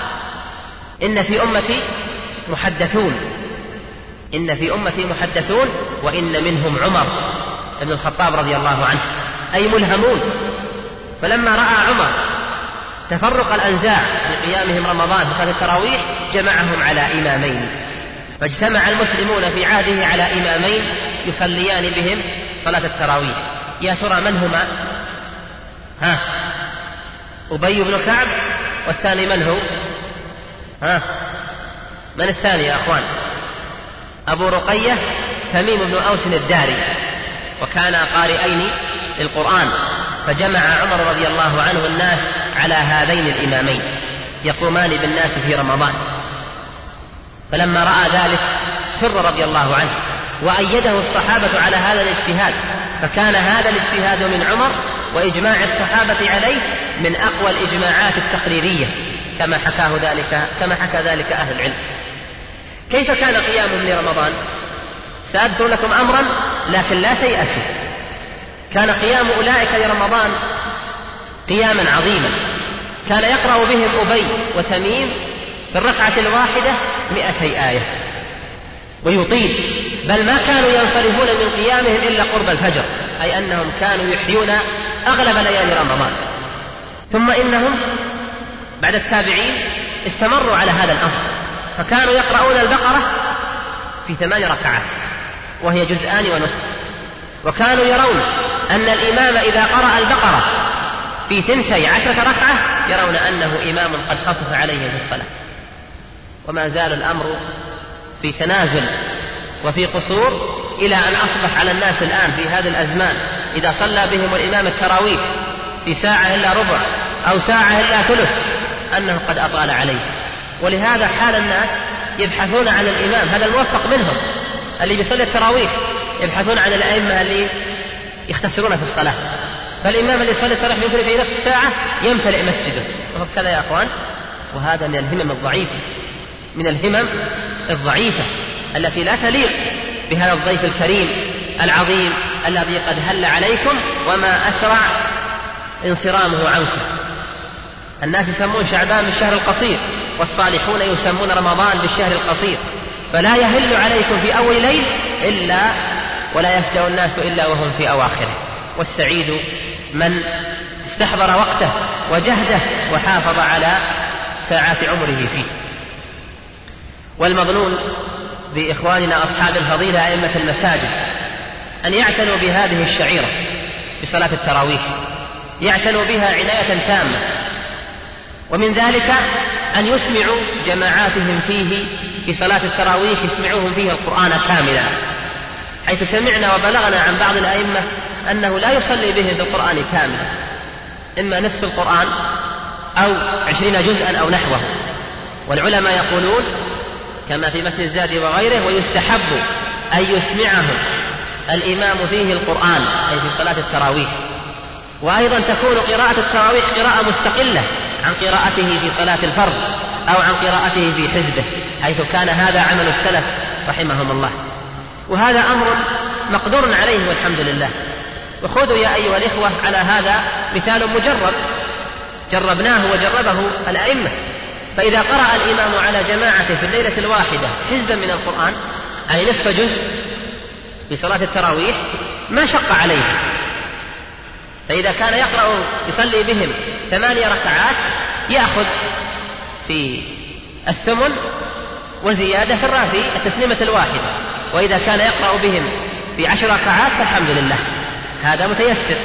إن في أمتي محدثون وإن منهم عمر بن الخطاب رضي الله عنه، أي ملهمون. فلما رأى عمر تفرق الأنزاع بقيامهم رمضان في صلاة التراويح جمعهم على إمامين، فاجتمع المسلمون في عهده على إمامين يصليان بهم صلاة التراويح. يا ترى من هما؟ أبي بن كعب، والثاني من هو؟ من الثاني يا أخوان؟ أبو رقية تميم بن أوس الداري، وكانا قارئين للقرآن، فجمع عمر رضي الله عنه الناس على هذين الإمامين يقومان بالناس في رمضان. فلما رأى ذلك سر رضي الله عنه، وأيده الصحابة على هذا الاجتهاد، فكان هذا الاجتهاد من عمر وإجماع الصحابة عليه من أقوى الإجماعات التقريرية كما حكى ذلك أهل العلم. كيف كان قيامهم لرمضان؟ سأذكر لكم أمرا لكن لا تيأسوا. كان قيام أولئك لرمضان قياما عظيما، كان يقرأ بهم أبي وتميم في الركعة الواحدة 200 آية ويطيل، بل ما كانوا ينصرفون من قيامهم إلا قرب الفجر، أي أنهم كانوا يحيون أغلب ليالي رمضان. ثم إنهم بعد التابعين استمروا على هذا الأمر، فكانوا يقرؤون البقرة في 8 ركعات وهي 2 جزء ونصف، وكانوا يرون أن الإمام إذا قرأ البقرة في 12 ركعة يرون أنه إمام قد خفف عليه في الصلاة. وما زال الأمر في تنازل وفي قصور إلى أن أصبح على الناس الآن في هذه الأزمان إذا صلى بهم الإمام التراويح في ساعة إلا ربع أو ساعة إلا ثلث أنه قد أطال عليه. ولهذا حال الناس يبحثون عن الإمام هذا الموفق منهم اللي بيصلي التراويح، يبحثون عن الأئمة اللي يختصرون في الصلاة. فالإمام اللي يصلي التراويح يمكن في نصف ساعة يمتلئ مسجده، وهكذا يا أخوان. وهذا من الهمم الضعيفة، من الهمم الضعيفة التي لا تليق بهذا الضيف الكريم العظيم الذي قد هل عليكم وما أسرع انصرامه عنكم. الناس يسمون شعبان بالشهر القصير، والصالحون يسمون رمضان بالشهر القصير، فلا يهل عليكم في أول ليل إلا ولا يفجأ الناس إلا وهم في أواخره. والسعيد من استحضر وقته وجهده وحافظ على ساعات عمره فيه. والمظنون بإخواننا أصحاب الفضيلة أئمة المساجد أن يعتنوا بهذه الشعيرة بصلاة التراويح، يعتنوا بها عناية تامة. ومن ذلك أن يسمعوا جماعاتهم فيه في صلاة التراويح، يسمعوهم فيه القرآن كاملا، حيث سمعنا وبلغنا عن بعض الأئمة أنه لا يصلي به بالقرآن كاملا، إما نصف القرآن أو 20 جزءا أو نحوه. والعلماء يقولون كما في متن الزاد وغيره: ويستحب أن يسمعهم الإمام فيه القرآن، أي في صلاة التراويح. وأيضا تكون قراءة التراويح قراءة مستقلة عن قراءته في صلاة الفرض أو عن قراءته في حزبه، حيث كان هذا عمل السلف رحمهم الله. وهذا أمر مقدور عليه والحمد لله. وخذوا يا أيها الإخوة على هذا مثال مجرب جربناه وجربه الأئمة. فإذا قرأ الإمام على جماعته في الليلة الواحدة حزبا من القرآن، أي نصف جزء في صلاة التراويح، ما شق عليه. فإذا كان يصلي بهم 8 ركعات يأخذ في 8 وزيادة في التسليمة الواحدة. وإذا كان يقرأ بهم في 10 ركعات فالحمد لله، هذا متيسر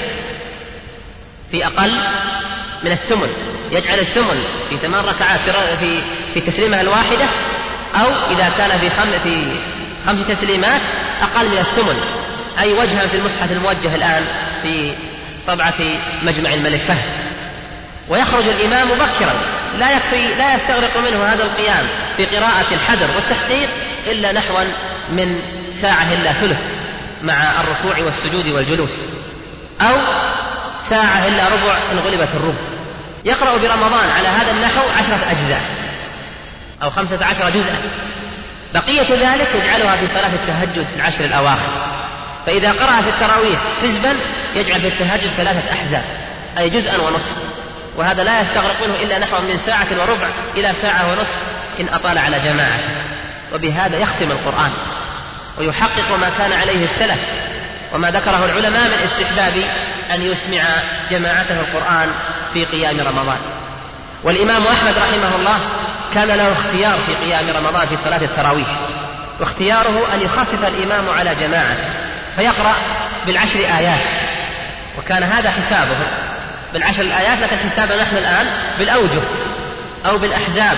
في أقل من 8. يجعل 8 في 8 ركعات في التسليمة الواحدة، أو إذا كان في 5 تسليمات أقل من 8، أي وجها في المصحف الموجه الآن في طبعة مجمع الملك فهد. ويخرج الإمام مبكرا، لا يستغرق منه هذا القيام في قراءة الحذر والتحقيق إلا نحوا من ساعة إلا ثلث مع الركوع والسجود والجلوس، أو ساعة إلا ربع إن غلبت الربع. يقرأ برمضان على هذا النحو 10 أجزاء أو 15 جزءا. بقية ذلك يجعلها في صلاة التهجد في 10 الأواخر. فإذا قرأ في التراويح حزبا يجعل في التهجد 3 أحزاب، أي جزءا ونصف. وهذا لا يستغرق منه إلا نحو من ساعة وربع إلى ساعة ونصف إن أطال على جماعة. وبهذا يختم القرآن ويحقق ما كان عليه السلف وما ذكره العلماء من استحباب أن يسمع جماعته القرآن في قيام رمضان. والإمام أحمد رحمه الله كان له اختيار في قيام رمضان في صلاة التراويح، واختياره أن يخفف الإمام على جماعة فيقرأ ب10 آيات، وكان هذا حسابه ب10 الآيات، لكن حسابنا نحن الآن بالأوجه أو بالأحزاب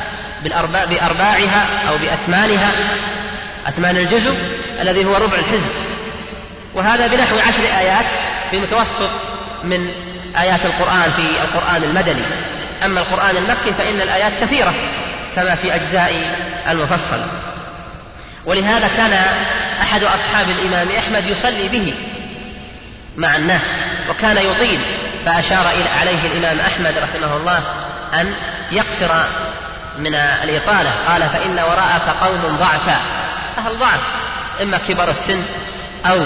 بأرباعها أو بأثمانها، أثمان الجزء الذي هو ربع الحزب، وهذا بنحو 10 آيات في متوسط من آيات القرآن في القرآن المدني. أما القرآن المكي فإن الآيات كثيرة كما في أجزاء المفصل. ولهذا كان أحد أصحاب الإمام أحمد يصلي به مع الناس وكان يطيل، فأشار عليه الإمام أحمد رحمه الله أن يقصر من الإطالة. قال: فإن وراءك قوم ضعفا، أهل ضعف، إما كبر السن أو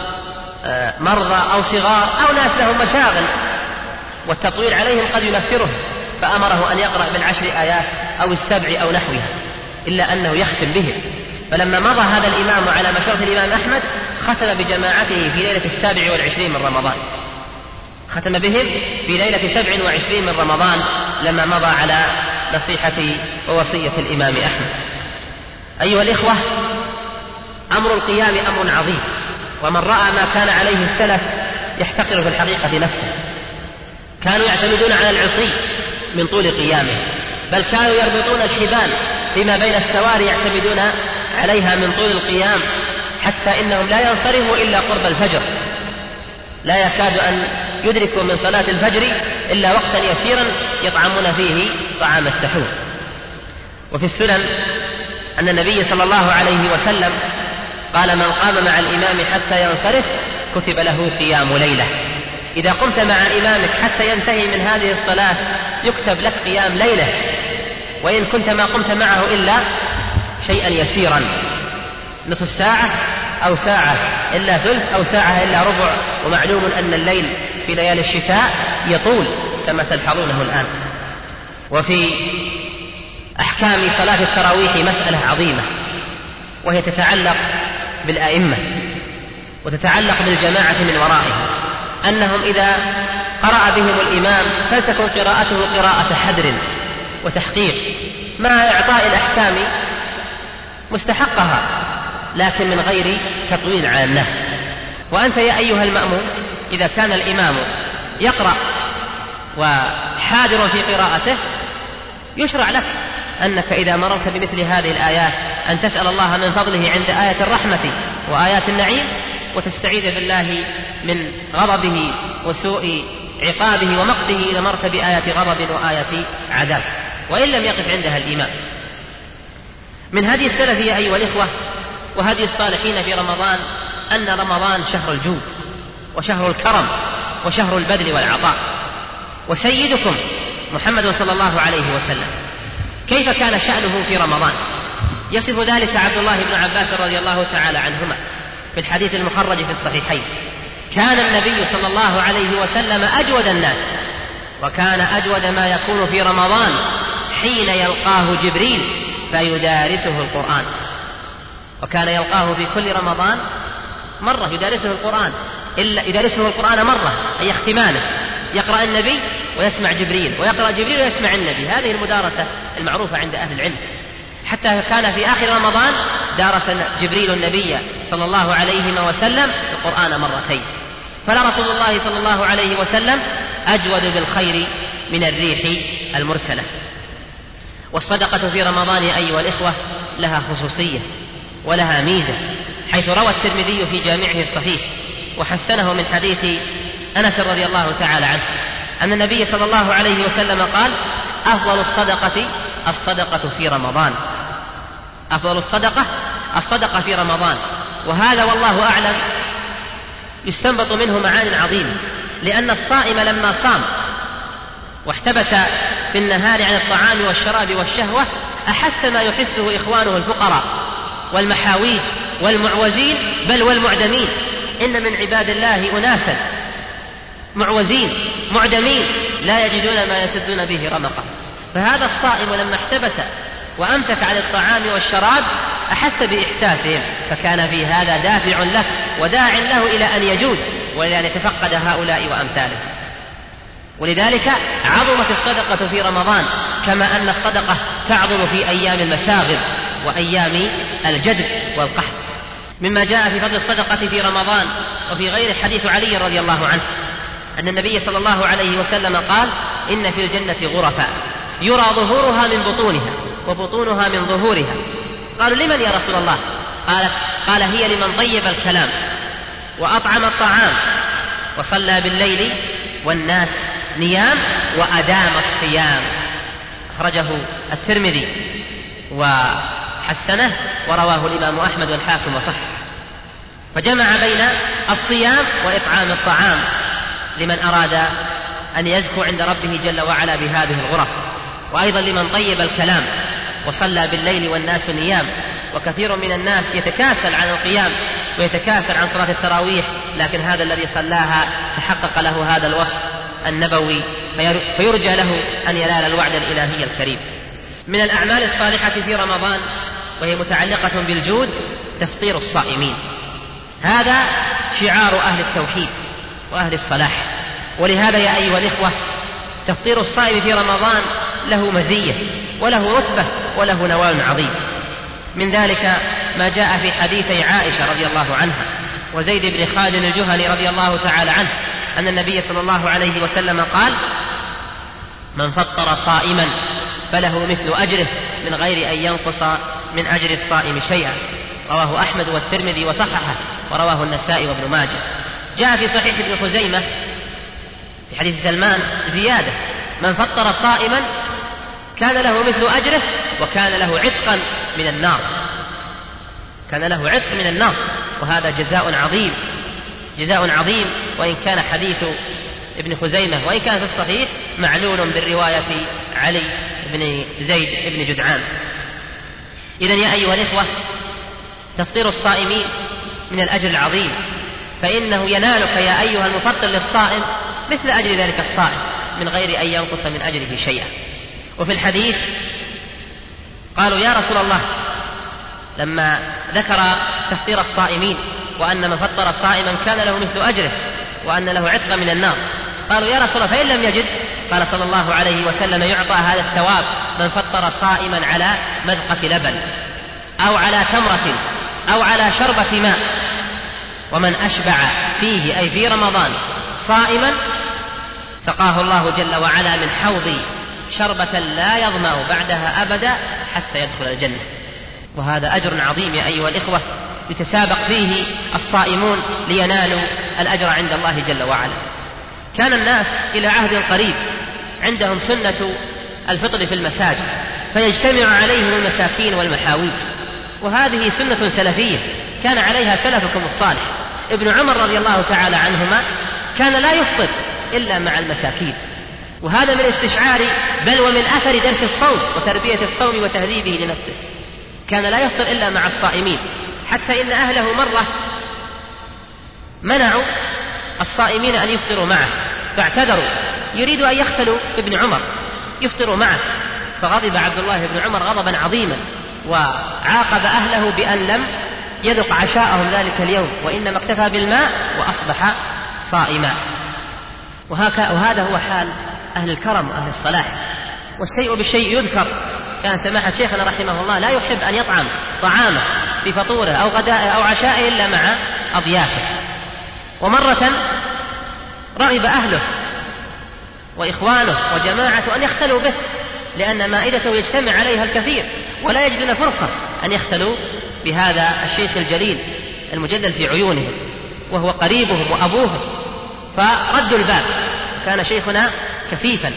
مرضى أو صغار أو ناس لهم مشاغل، والتطويل عليهم قد ينفرهم، فأمره أن يقرأ بالعشر آيات أو السبع أو نحوها، إلا أنه يختم بهم. فلما مضى هذا الإمام على مشورة الإمام أحمد ختم بجماعته في ليلة 27 من رمضان، ختم بهم في ليلة 27 من رمضان لما مضى على نصيحة ووصية الإمام أحمد. أيها الإخوة، أمر القيام أمر عظيم، ومن رأى ما كان عليه السلف يحتقر في الحقيقة نفسه. كانوا يعتمدون على العصي من طول قيامه، بل كانوا يربطون الحبال فيما بين السواري يعتمدون عليها من طول القيام، حتى إنهم لا ينصرفوا إلا قرب الفجر، لا يكاد أن يدركوا من صلاة الفجر إلا وقتا يسيرا يطعمون فيه طعام السحور. وفي السنن أن النبي صلى الله عليه وسلم قال: من قام مع الإمام حتى ينصرف كتب له قيام ليلة. إذا قمت مع إمامك حتى ينتهي من هذه الصلاة يكتب لك قيام ليلة، وإن كنت ما قمت معه إلا شيئا يسيرا، نصف ساعة أو ساعة إلا ثلث أو ساعة إلا ربع. ومعلوم أن الليل في ليالي الشتاء يطول كما تلحظونه الآن. وفي أحكام صلاة التراويح مسألة عظيمة، وهي تتعلق بالأئمة وتتعلق بالجماعة من ورائهم، أنهم إذا قرأ بهم الإمام فلتكن قراءته قراءة حدر وتحقيق مع إعطاء الأحكام مستحقها، لكن من غير تطويل على الناس. وأنت يا أيها المأموم إذا كان الإمام يقرأ وحاضر في قراءته يشرع لك أنك إذا مررت بمثل هذه الآيات أن تسأل الله من فضله عند آية الرحمة وآيات النعيم، وتستعيذ بالله من غضبه وسوء عقابه ومقته إذا مرت بآيات غضب وآيات عذاب، وإن لم يقف عندها الإمام. من هذه السلف يا أيها الإخوة وهذه الصالحين في رمضان أن رمضان شهر الجود وشهر الكرم وشهر البذل والعطاء. وسيدكم محمد صلى الله عليه وسلم كيف كان شأنه في رمضان؟ يصف ذلك عبد الله بن عباس رضي الله تعالى عنهما في الحديث المخرج في الصحيحين: كان النبي صلى الله عليه وسلم أجود الناس، وكان أجود ما يكون في رمضان حين يلقاه جبريل فيدارسه القرآن. وكان يلقاه في كل رمضان مرة يدارسه القرآن، إلا يدارسه القرآن مرة أي اختمانه، يقرأ النبي ويسمع جبريل ويقرأ جبريل ويسمع النبي. هذه المدارسة المعروفة عند أهل العلم، حتى كان في آخر رمضان دارس جبريل النبي صلى الله عليه وسلم القرآن مرتين. فلا رسول الله صلى الله عليه وسلم أجود بالخير من الريح المرسلة. والصدقة في رمضان أيها الإخوة لها خصوصية ولها ميزة، حيث روى الترمذي في جامعه الصحيح وحسنه من حديث أنس رضي الله تعالى عنه أن النبي صلى الله عليه وسلم قال: أفضل الصدقة في رمضان. أفضل الصدقة في رمضان. وهذا والله أعلم يستنبط منه معان عظيمة، لأن الصائم لما صام واحتبس في النهار عن الطعام والشراب والشهوة أحس ما يحسه إخوانه الفقراء والمحاويج والمعوزين بل والمعدمين. إن من عباد الله أناسا معوزين معدمين لا يجدون ما يسدون به رمقا. فهذا الصائم لما احتبس وأمسك عن الطعام والشراب أحس بإحساسهم، فكان في هذا دافع له وداع له إلى أن يجود وإلى أن يتفقد هؤلاء وأمثالهم. ولذلك عظمت الصدقة في رمضان، كما أن الصدقة تعظم في أيام المساغب وأيام الجدب والقحط. مما جاء في فضل الصدقة في رمضان وفي غير حديث علي رضي الله عنه أن النبي صلى الله عليه وسلم قال: إن في الجنة غرفا يرى ظهورها من بطونها وبطونها من ظهورها. قالوا: لمن يا رسول الله؟ قال: هي لمن طيب الكلام وأطعم الطعام وصلى بالليل والناس نيام وأدام الصيام. أخرجه الترمذي وحسنه ورواه الإمام أحمد والحاكم وصححه. فجمع بين الصيام وإطعام الطعام لمن أراد أن يزكو عند ربه جل وعلا بهذه الغرف، وأيضا لمن طيب الكلام وصلى بالليل والناس نيام. وكثير من الناس يتكاسل عن القيام ويتكاسل عن صلاة التراويح، لكن هذا الذي صلاها تحقق له هذا الوصف النبوي، فيرجى له أن ينال الوعد الإلهي الكريم. من الأعمال الصالحة في رمضان وهي متعلقة بالجود تفطير الصائمين. هذا شعار أهل التوحيد وأهل الصلاح، ولهذا يا أيها الإخوة تفطير الصائم في رمضان له مزية وله رتبة وله نوال عظيم. من ذلك ما جاء في حديثي عائشة رضي الله عنها وزيد بن خالد الجهني رضي الله تعالى عنه أن النبي صلى الله عليه وسلم قال: من فطر صائما فله مثل أجره من غير أن ينقص من أجر الصائم شيئا. رواه أحمد والترمذي وصححه، ورواه النسائي وابن ماجه. جاء في صحيح ابن خزيمة في حديث سلمان زيادة: من فطر صائما كان له مثل أجره وكان له عتقا من النار. كان له عتق من النار، وهذا جزاء عظيم، جزاء عظيم. وإن كان حديث ابن خزيمة وإن كان في الصحيح معلول بالرواية علي بن زيد بن جدعان. إذن يا أيها الإخوة تفطير الصائمين من الأجر العظيم، فإنه ينالك يا أيها المفطر للصائم مثل أجر ذلك الصائم من غير أن ينقص من أجره شيئا. وفي الحديث قالوا: يا رسول الله، لما ذكر تفطير الصائمين وأن من فطر صائما كان له مثل أجره وأن له عتق من النار، قالوا: يا رسول الله، فإن لم يجد؟ قال صلى الله عليه وسلم: يعطى هذا الثواب من فطر صائما على مذقة لبن أو على تمرة أو على شربة ماء، ومن أشبع فيه أي في رمضان صائما سقاه الله جل وعلا من حوض شربة لا يظمأ بعدها أبدا حتى يدخل الجنة. وهذا أجر عظيم يا أيها الإخوة يتسابق فيه الصائمون لينالوا الأجر عند الله جل وعلا. كان الناس إلى عهد قريب عندهم سنة الفطر في المساجد، فيجتمع عليهم المساكين والمحاويج، وهذه سنة سلفية كان عليها سلفكم الصالح. ابن عمر رضي الله تعالى عنهما كان لا يفطر إلا مع المساكين، وهذا من استشعار بل ومن أثر درس الصوم وتربية الصوم وتهذيبه لنفسه. كان لا يفطر إلا مع الصائمين، حتى إن أهله مرة منعوا الصائمين أن يفطروا معه، فاعتذروا يريد أن يختلوا ابن عمر يفطروا معه، فغضب عبد الله بن عمر غضبا عظيما وعاقب أهله بأن لم يذق عشاءهم ذلك اليوم، وإنما اكتفى بالماء وأصبح صائما. وهذا هو حال أهل الكرم وأهل الصلاح. والشيء بالشيء يذكر. كان سماحة شيخنا رحمه الله لا يحب أن يطعم طعامه في فطوره أو غدائه أو عشائه إلا مع أضيافه. ومرة رغب أهله وإخوانه وجماعة أن يختلوا به، لأن مائدته يجتمع عليها الكثير ولا يجدون فرصة أن يختلوا بهذا الشيخ الجليل المجلل في عيونهم، وهو قريبهم وأبوهم، فردوا الباب. كان شيخنا كفيفا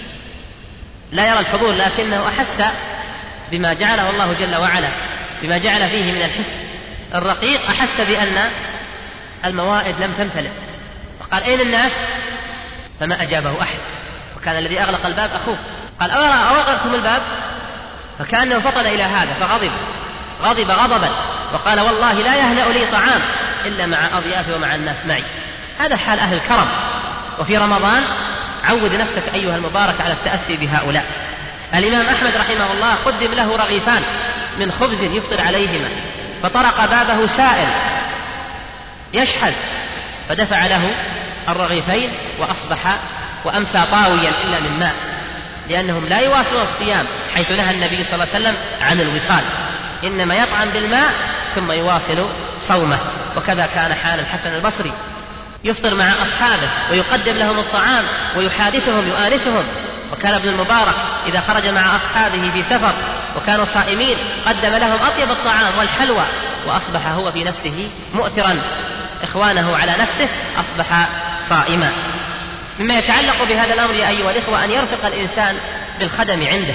لا يرى الحضور، لكنه أحس بما جعله الله جل وعلا، بما جعل فيه من الحس الرقيق، أحس بأن الموائد لم تمتلئ، فقال: أين الناس؟ فما أجابه أحد، وكان الذي أغلق الباب أخوه. قال: أغلقتم الباب؟ فكأنه فطن إلى هذا، فغضب غضبا وقال: والله لا يهلأ لي طعام إلا مع أضيافي ومع الناس معي. هذا حال أهل الكرم. وفي رمضان عود نفسك أيها المبارك على التأسي بهؤلاء. الإمام أحمد رحمه الله قدم له رغيفان من خبز يفطر عليهما، فطرق بابه سائل يشحذ، فدفع له الرغيفين وأصبح وأمسى طاويا إلا من ماء، لأنهم لا يواصلون الصيام، حيث نهى النبي صلى الله عليه وسلم عن الوصال، إنما يطعم بالماء ثم يواصل صومه. وكذا كان حال الحسن البصري، يفطر مع أصحابه ويقدم لهم الطعام ويحادثهم يؤانسهم. وكان ابن المبارك إذا خرج مع أصحابه في سفر وكانوا صائمين قدم لهم أطيب الطعام والحلوى، وأصبح هو في نفسه مؤثرا إخوانه على نفسه، أصبح صائما. مما يتعلق بهذا الأمر يا أيها الإخوة أن يرفق الإنسان بالخدم عنده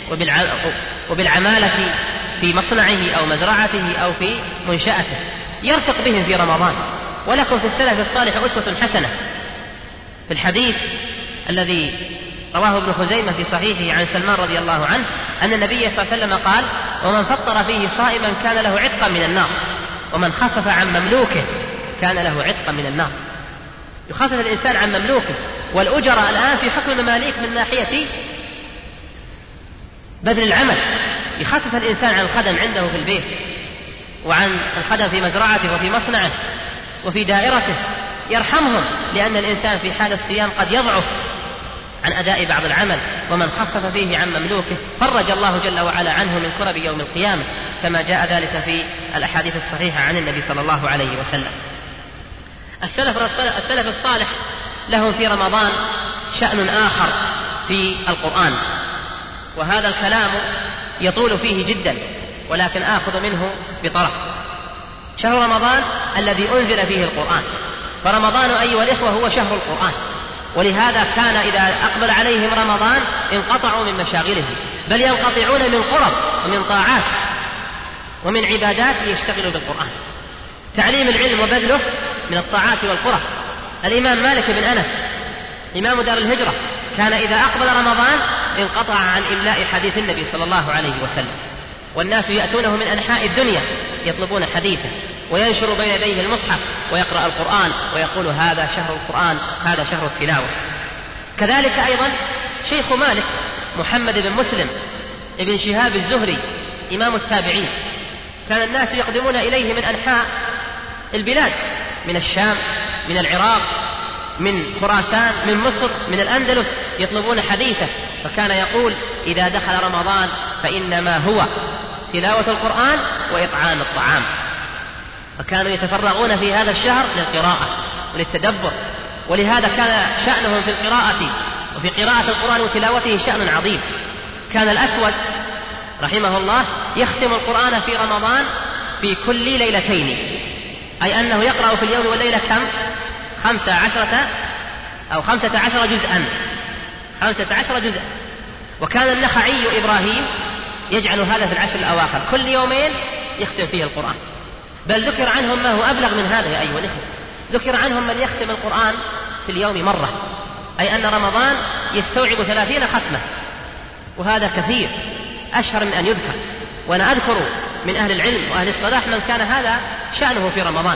وبالعمالة في مصنعه أو مزرعته أو في منشأته، يرفق بهم في رمضان. ولكم في السلف الصالح أسوة حسنة في الحديث الذي رواه ابن خزيمة في صحيحه عن سلمان رضي الله عنه أن النبي صلى الله عليه وسلم قال: ومن فطر فيه صائما كان له عتقا من النار، ومن خفف عن مملوكه كان له عتقا من النار. يخفف الإنسان عن مملوكه، والأجر الآن في حكم المماليك من ناحية بذل العمل. يخفف الإنسان عن الخدم عنده في البيت، وعن الخدم في مزرعته وفي مصنعه وفي دائرته، يرحمهم، لأن الإنسان في حال الصيام قد يضعف عن أداء بعض العمل. ومن خفف فيه عن مملوكه فرج الله جل وعلا عنه من كرب يوم القيامة، كما جاء ذلك في الأحاديث الصحيحة عن النبي صلى الله عليه وسلم. السلف الصالح لهم في رمضان شأن آخر في القرآن، وهذا الكلام يطول فيه جدا، ولكن آخذ منه بطرف. شهر رمضان الذي أنزل فيه القرآن، فرمضان أيها الإخوة هو شهر القرآن، ولهذا كان إذا أقبل عليهم رمضان انقطعوا من مشاغلهم، بل ينقطعون من قرب ومن طاعات ومن عبادات ليشتغلوا بالقرآن. تعليم العلم وبذله من الطاعات والقرب. الإمام مالك بن أنس إمام دار الهجرة كان إذا أقبل رمضان انقطع عن إملاء حديث النبي صلى الله عليه وسلم، والناس يأتونه من أنحاء الدنيا يطلبون حديثه، وينشر بين يديه المصحف ويقرأ القرآن ويقول: هذا شهر القرآن، هذا شهر التلاوة. كذلك أيضا شيخ مالك محمد بن مسلم ابن شهاب الزهري إمام التابعين، كان الناس يقدمون إليه من أنحاء البلاد، من الشام، من العراق، من خراسان، من مصر، من الأندلس، يطلبون حديثه. فكان يقول: إذا دخل رمضان فإنما هو تلاوة القرآن وإطعام الطعام. فكانوا يتفرغون في هذا الشهر للقراءة وللتدبر، ولهذا كان شأنهم في القراءة وفي قراءة القرآن وتلاوته شأن عظيم. كان الأسود رحمه الله يختم القرآن في رمضان في كل ليلتين، أي أنه يقرأ في اليوم والليلة كم؟ 15 جزءا، 15 جزءا. وكان النخعي إبراهيم يجعل هذا في العشر الأواخر، كل يومين يختم فيه القرآن. بل ذكر عنهم ما هو أبلغ من هذا يا أيها الإخوة، ذكر عنهم من يختم القرآن في اليوم مرة، أي أن رمضان يستوعب 30 ختمة، وهذا كثير أشهر من أن يذكر. وأنا أذكر من أهل العلم وأهل الصلاح من كان هذا شأنه في رمضان،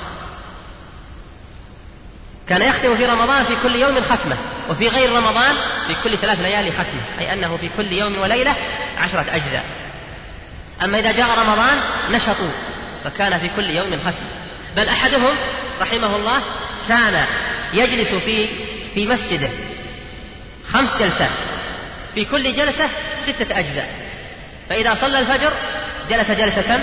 كان يختم في رمضان في كل يوم ختمة، وفي غير رمضان في كل 3 ليالي ختمة، أي أنه في كل يوم وليلة 10 أجزاء. أما إذا جاء رمضان نشطوا، فكان في كل يوم ختمة. بل أحدهم رحمه الله كان يجلس في مسجده 5 جلسات، في كل جلسة 6 أجزاء. فإذا صلى الفجر جلس جلسة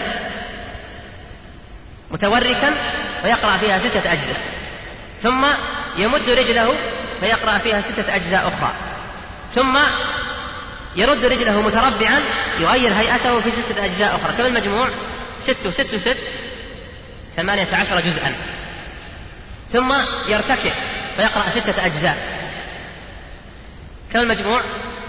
متوركا ويقرأ فيها 6 أجزاء، ثم يمد رجله فيقرأ فيها 6 أجزاء أخرى، ثم يرد رجله متربعا يغير هيئته في 6 أجزاء أخرى. كم المجموع؟ 6 6 6 18 جزءا. ثم يرتكع فيقرأ 6 أجزاء. كم المجموع؟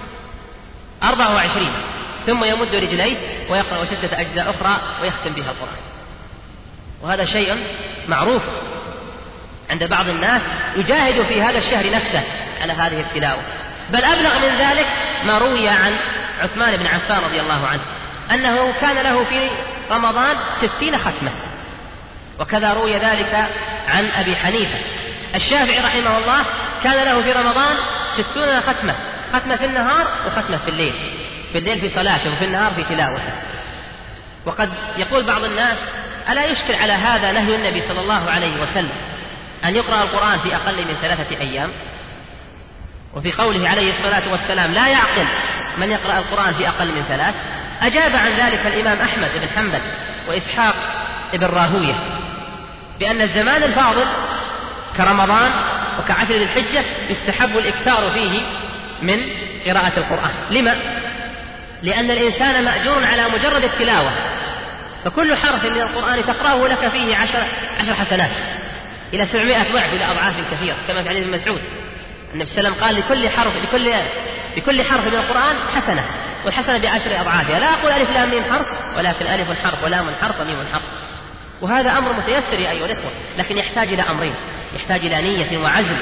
24. ثم يمد رجليه ويقرأ 6 أجزاء أخرى ويختم بها القرآن. وهذا شيء معروف عند بعض الناس، يجاهد في هذا الشهر نفسه على هذه التلاوة. بل أبلغ من ذلك ما روي عن عثمان بن عفان رضي الله عنه أنه كان له في رمضان 60 ختمة، وكذا روي ذلك عن أبي حنيفة. الشافعي رحمه الله كان له في رمضان 60 ختمة، ختمة في النهار وختمة في الليل، في الليل في صلاته وفي النهار في تلاوته. وقد يقول بعض الناس: ألا يشكل على هذا نهي النبي صلى الله عليه وسلم أن يقرأ القرآن في أقل من 3 أيام؟ وفي قوله عليه الصلاة والسلام: لا يعقل من يقرأ القرآن في أقل من 3. أجاب عن ذلك الإمام أحمد بن حنبل وإسحاق بن راهوية بأن الزمان الفاضل كرمضان وكعشر ذي الحجة يستحب الإكثار فيه من قراءة القرآن. لما؟ لأن الإنسان مأجور على مجرد التلاوة، فكل حرف من القرآن تقرأه لك فيه 10 حسنات إلى 700 ضعف، إلى أضعاف كثيرة، كما في حديث ابن مسعود النبي صلى الله عليه وسلم قال: لكل حرف من القرآن حسنة، والحسنة ب10 أضعافها. لا أقول ألف لام ميم حرف، ولكن ألف حرف ولام حرف وميم حرف. وهذا أمر متيسر يا أيها الإخوة، لكن يحتاج إلى أمرين: يحتاج إلى نية وعزم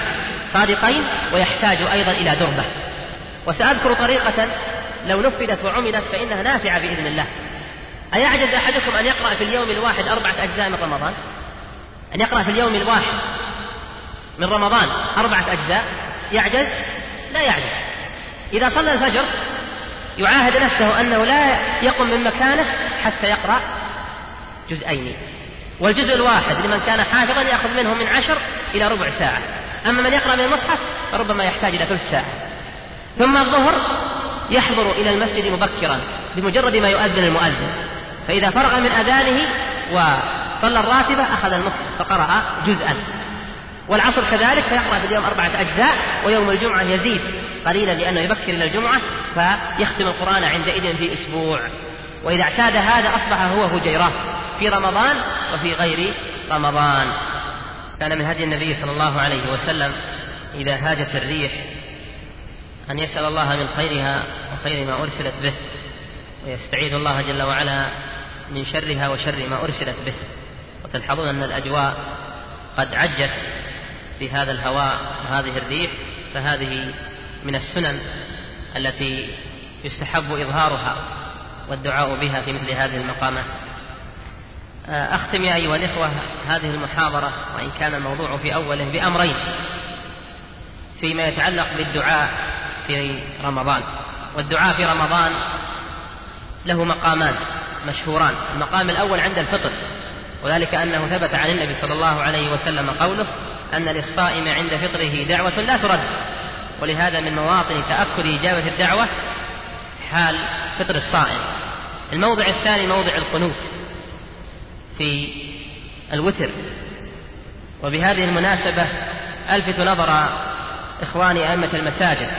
صادقين، ويحتاج أيضا إلى دربة. وسأذكر طريقة لو نفذت وعملت فإنها نافعة بإذن الله. أيعجز أحدكم أن يقرأ في اليوم الواحد 4 أجزاء من رمضان؟ أن يقرأ في اليوم الواحد من رمضان 4 أجزاء يعجز؟ لا يعجز. إذا صلى الفجر يعاهد نفسه أنه لا يقم من مكانه حتى يقرأ جزئين، والجزء الواحد لمن كان حافظا يأخذ منه من 10 إلى ربع ساعة، أما من يقرأ من المصحف فربما يحتاج إلى ثلث ساعة. ثم الظهر يحضر إلى المسجد مبكرا بمجرد ما يؤذن المؤذن، فإذا فرغ من أذانه وصلى الراتبة أخذ المصحف فقرأ جزءا. والعصر كذلك فيقرأ في اليوم 4 أجزاء، ويوم الجمعة يزيد قليلا لأنه يبكر إلى الجمعة فيختم القرآن عندئذ في أسبوع. وإذا اعتاد هذا أصبح هو هجيرة في رمضان وفي غير رمضان. كان من هدي النبي صلى الله عليه وسلم إذا هاجت الريح أن يسأل الله من خيرها وخير ما أرسلت به، ويستعيذ الله جل وعلا من شرها وشر ما أرسلت به. وتلحظون أن الأجواء قد عجت في هذا الهواء وهذه الريح، فهذه من السنن التي يستحب إظهارها والدعاء بها في مثل هذه المقامات. أختم يا أيها الإخوة هذه المحاضرة وإن كان الموضوع في أوله بأمرين فيما يتعلق بالدعاء في رمضان. والدعاء في رمضان له مقامان مشهوران. المقام الأول عند الفطر، وذلك أنه ثبت عن النبي صلى الله عليه وسلم قوله أن للصائم عند فطره دعوة لا ترد، ولهذا من مواطن تأكد إجابة الدعوة حال فطر الصائم. الموضع الثاني موضع القنوت في الوتر. وبهذه المناسبة ألفت نظر إخواني أئمة المساجد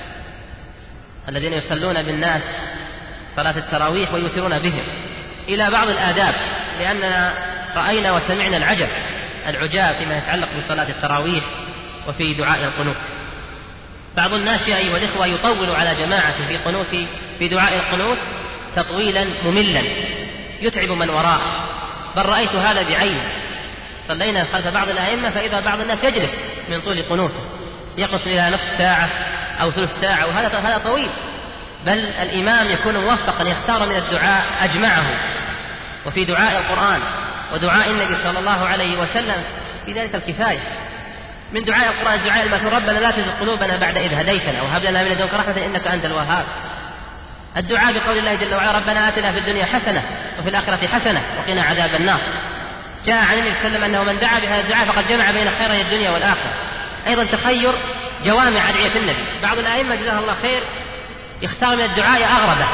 الذين يصلون بالناس صلاة التراويح ويوترون بهم إلى بعض الآداب، لأننا رأينا وسمعنا العجاب فيما يتعلق بصلاة التراويح وفي دعاء القنوت. بعض الناس يا أيها الإخوة يطول على جماعة في دعاء القنوت تطويلا مملا يتعب من وراءه، بل رأيت هذا بعيني. صلينا خلف بعض الأئمة فإذا بعض الناس يجلس من طول قنوته يقف إلى نصف ساعة أو ثلث ساعة، وهذا طويل. بل الإمام يكون موفقا يختار من الدعاء أجمعه. وفي دعاء القرآن ودعاء النبي صلى الله عليه وسلم في ذلك الكفاية. من دعاء القرآن دعاء المثل ربنا لا تزغ قلوبنا بعد إذ هديتنا وهب لنا من لدنك رحمة إنك أنت الوهاب. الدعاء بقول الله جل وعلا ربنا آتنا في الدنيا حسنة وفي الآخرة حسنة وقنا عذاب النار. جاء عن النبي صلى الله عليه وسلم أنه من دعا بهذا الدعاء فقد جمع بين خيري الدنيا والآخرة. أيضا تخير جوامع أدعية النبي. بعض الأئمة جزاه الله خير يختار من الدعاء أغربه.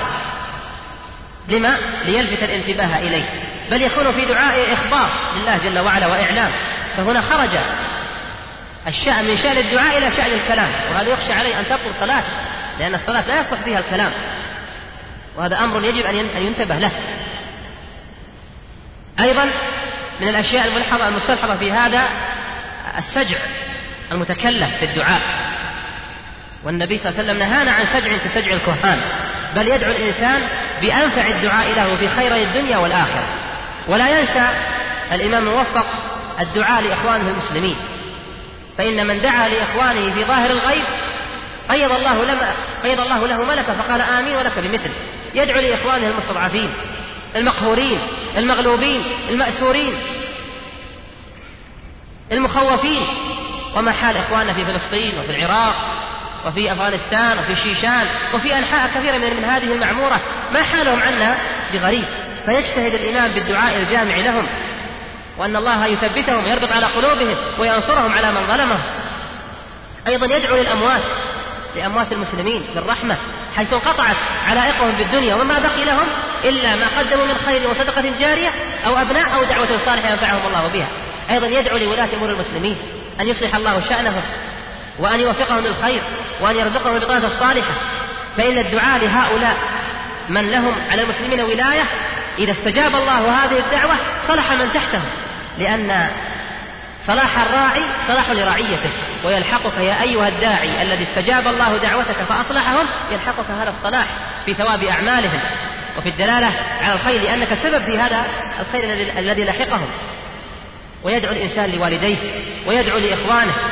لما؟ ليلفت الانتباه إليه، بل يكون في دعاء إخبار لله جل وعلا وإعلام. فهنا خرج الشأن من شأن الدعاء إلى شأن الكلام، وهذا يخشى عليه أن تبطل صلاة، لأن الصلاة لا يصلح فيها الكلام، وهذا أمر يجب أن ينتبه له. أيضا من الأشياء الملحظة المستلحظة في هذا السجع المتكلف في الدعاء، والنبي صلى الله عليه وسلم نهانا عن سجع كسجع الكهان، بل يدعو الإنسان بأنفع الدعاء له في خيري الدنيا والآخرة. ولا ينسى الإمام الموفق الدعاء لإخوانه المسلمين، فإن من دعا لإخوانه في ظاهر الغيب قيض الله له ملكا فقال آمين ولك بمثل. يدعو لإخوانه المستضعفين المقهورين المغلوبين المأسورين المخوفين. وما حال إخواننا في فلسطين وفي العراق وفي أفغانستان وفي الشيشان وفي أنحاء كثيرة من هذه المعمورة، ما حالهم عنا بغريب. فيجتهد الإمام بالدعاء الجامع لهم، وأن الله يثبتهم ويربط على قلوبهم وينصرهم على من ظلمهم. أيضا يدعو لأموات المسلمين بالرحمة حيث انقطعت علائقهم بالدنيا وما بقي لهم إلا ما قدموا من خير وصدقة جارية أو أبناء أو دعوة صالحة ينفعهم الله بها. أيضا يدعو لولاة أمور المسلمين أن يصلح الله شأنهم وأن يوفقهم للخير وأن يرزقهم البطانة الصالحة. فإن الدعاء لهؤلاء من لهم على المسلمين ولاية إذا استجاب الله هذه الدعوة صلح من تحته، لأن صلاح الراعي صلاح لرعيته. ويلحقك يا أيها الداعي الذي استجاب الله دعوتك فأصلحهم، يلحقك هذا الصلاح في ثواب أعمالهم وفي الدلالة على الخير، لأنك سبب في هذا الخير الذي لحقهم. ويدعو الإنسان لوالديه ويدعو لإخوانه،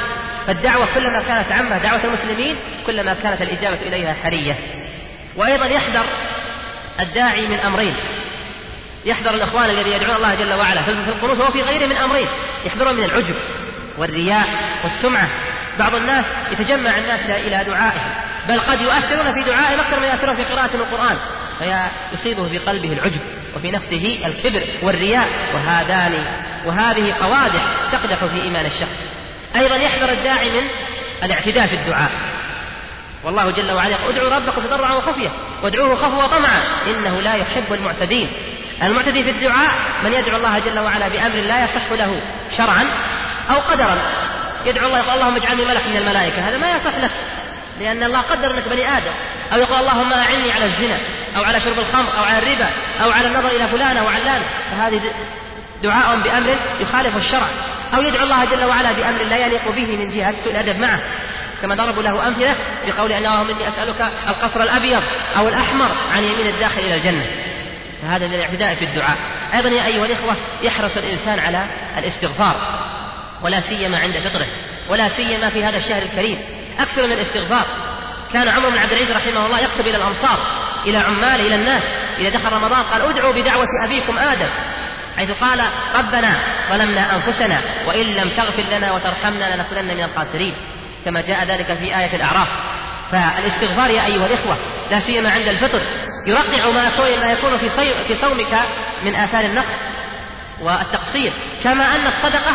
فالدعوة كلما كانت عامة دعوة المسلمين كلما كانت الإجابة إليها حرية. وأيضا يحذر الداعي من أمرين، يحذر الإخوان الذي يدعون الله جل وعلا في القنوت وفي غيره من أمرين، يحذرون من العجب والرياء والسمعة. بعض الناس يتجمع الناس إلى دعائه، بل قد يؤثرون في دعائه أكثر من يؤثرون في قراءة القرآن، فيصيبه في قلبه العجب وفي نفسه الكبر والرياء، وهذه قوادح تقدح في إيمان الشخص. أيضا يحذر الداعي من الاعتداء في الدعاء، والله جل وعلا يقول ادعوا ربكم تضرعا وخفية وادعوه خفوا وطمعا إنه لا يحب المعتدين. المعتدي في الدعاء من يدعو الله جل وعلا بأمر لا يصح له شرعا أو قدرا، يدعو الله يقول اللهم اجعلني ملك من الملائكة، هذا ما يصح له لأن الله قدر أنك بني آدم. أو يقول اللهم أعني على الزنا أو على شرب الخمر أو على الربا أو على النظر إلى فلانة وعلانة، فهذه دعاء بأمر يخالف الشرع. أو يدعو الله جل وعلا بأمر لا يليق به من جهة سوء الأدب معه، كما ضربوا له أمثلة بقول اللهم إني أسألك القصر الأبيض أو الأحمر عن يمين الداخل إلى الجنة، فهذا من الاعتداء في الدعاء. أيضا يا أيها الإخوة يحرص الإنسان على الاستغفار، ولا سيما عند فطره، ولا سيما في هذا الشهر الكريم، أكثر من الاستغفار. كان عمر بن عبد العزيز رحمه الله يكتب إلى الأمصار إلى عمال إلى الناس إذا دخل رمضان قال ادعوا بدعوة أبيكم آدم، حيث قال ربنا ظلمنا أنفسنا وإن لم تغفر لنا وترحمنا لنكونن من الخاسرين، كما جاء ذلك في آية الأعراف. فالاستغفار يا أيها الإخوة لا سيما عند الفطر يرقع ما يكون في صومك من آثار النقص والتقصير، كما أن الصدقة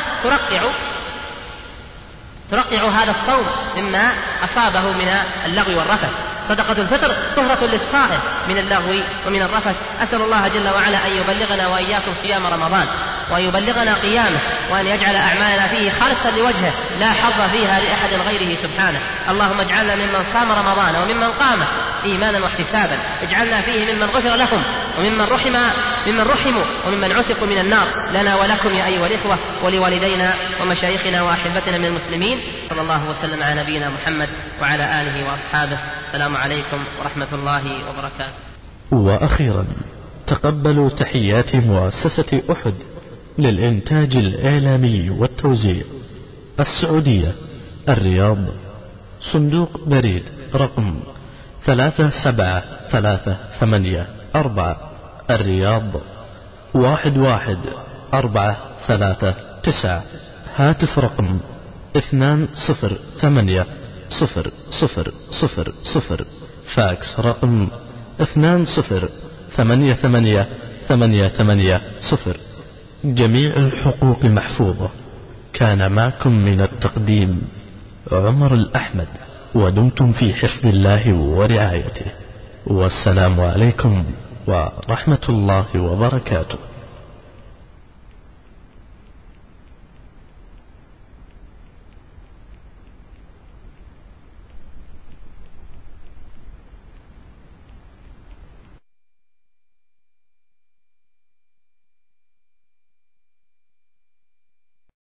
ترقع هذا الصوم مما أصابه من اللغو والرفث. صدقة الفطر طهرة للصائم من اللغو ومن الرفث. أسأل الله جل وعلا أن يبلغنا وإياكم صيام رمضان، وأن يبلغنا قيامه، وأن يجعل أعمالنا فيه خالصا لوجهه لا حظ فيها لأحد غيره سبحانه. اللهم اجعلنا ممن صام رمضان وممن قامه إيمانا واحتسابا، اجعلنا فيه ممن غفر لهم وممن رحموا وممن عتقوا من النار، لنا ولكم يا أيها الإخوة ولوالدينا ومشايخنا وأحبتنا من المسلمين. صلى الله وسلم على نبينا محمد وعلى آله وأصحابه. السلام عليكم ورحمة الله وبركاته. وأخيرا تقبلوا تحيات مؤسسة أحد للإنتاج الإعلامي والتوزيع، السعودية، الرياض، صندوق بريد رقم 37384، الرياض 11439، هاتف رقم 2080000، فاكس رقم 20888880. جميع الحقوق محفوظة. كان معكم من التقديم عمر الأحمد، ودمتم في حفظ الله ورعايته، والسلام عليكم ورحمة الله وبركاته.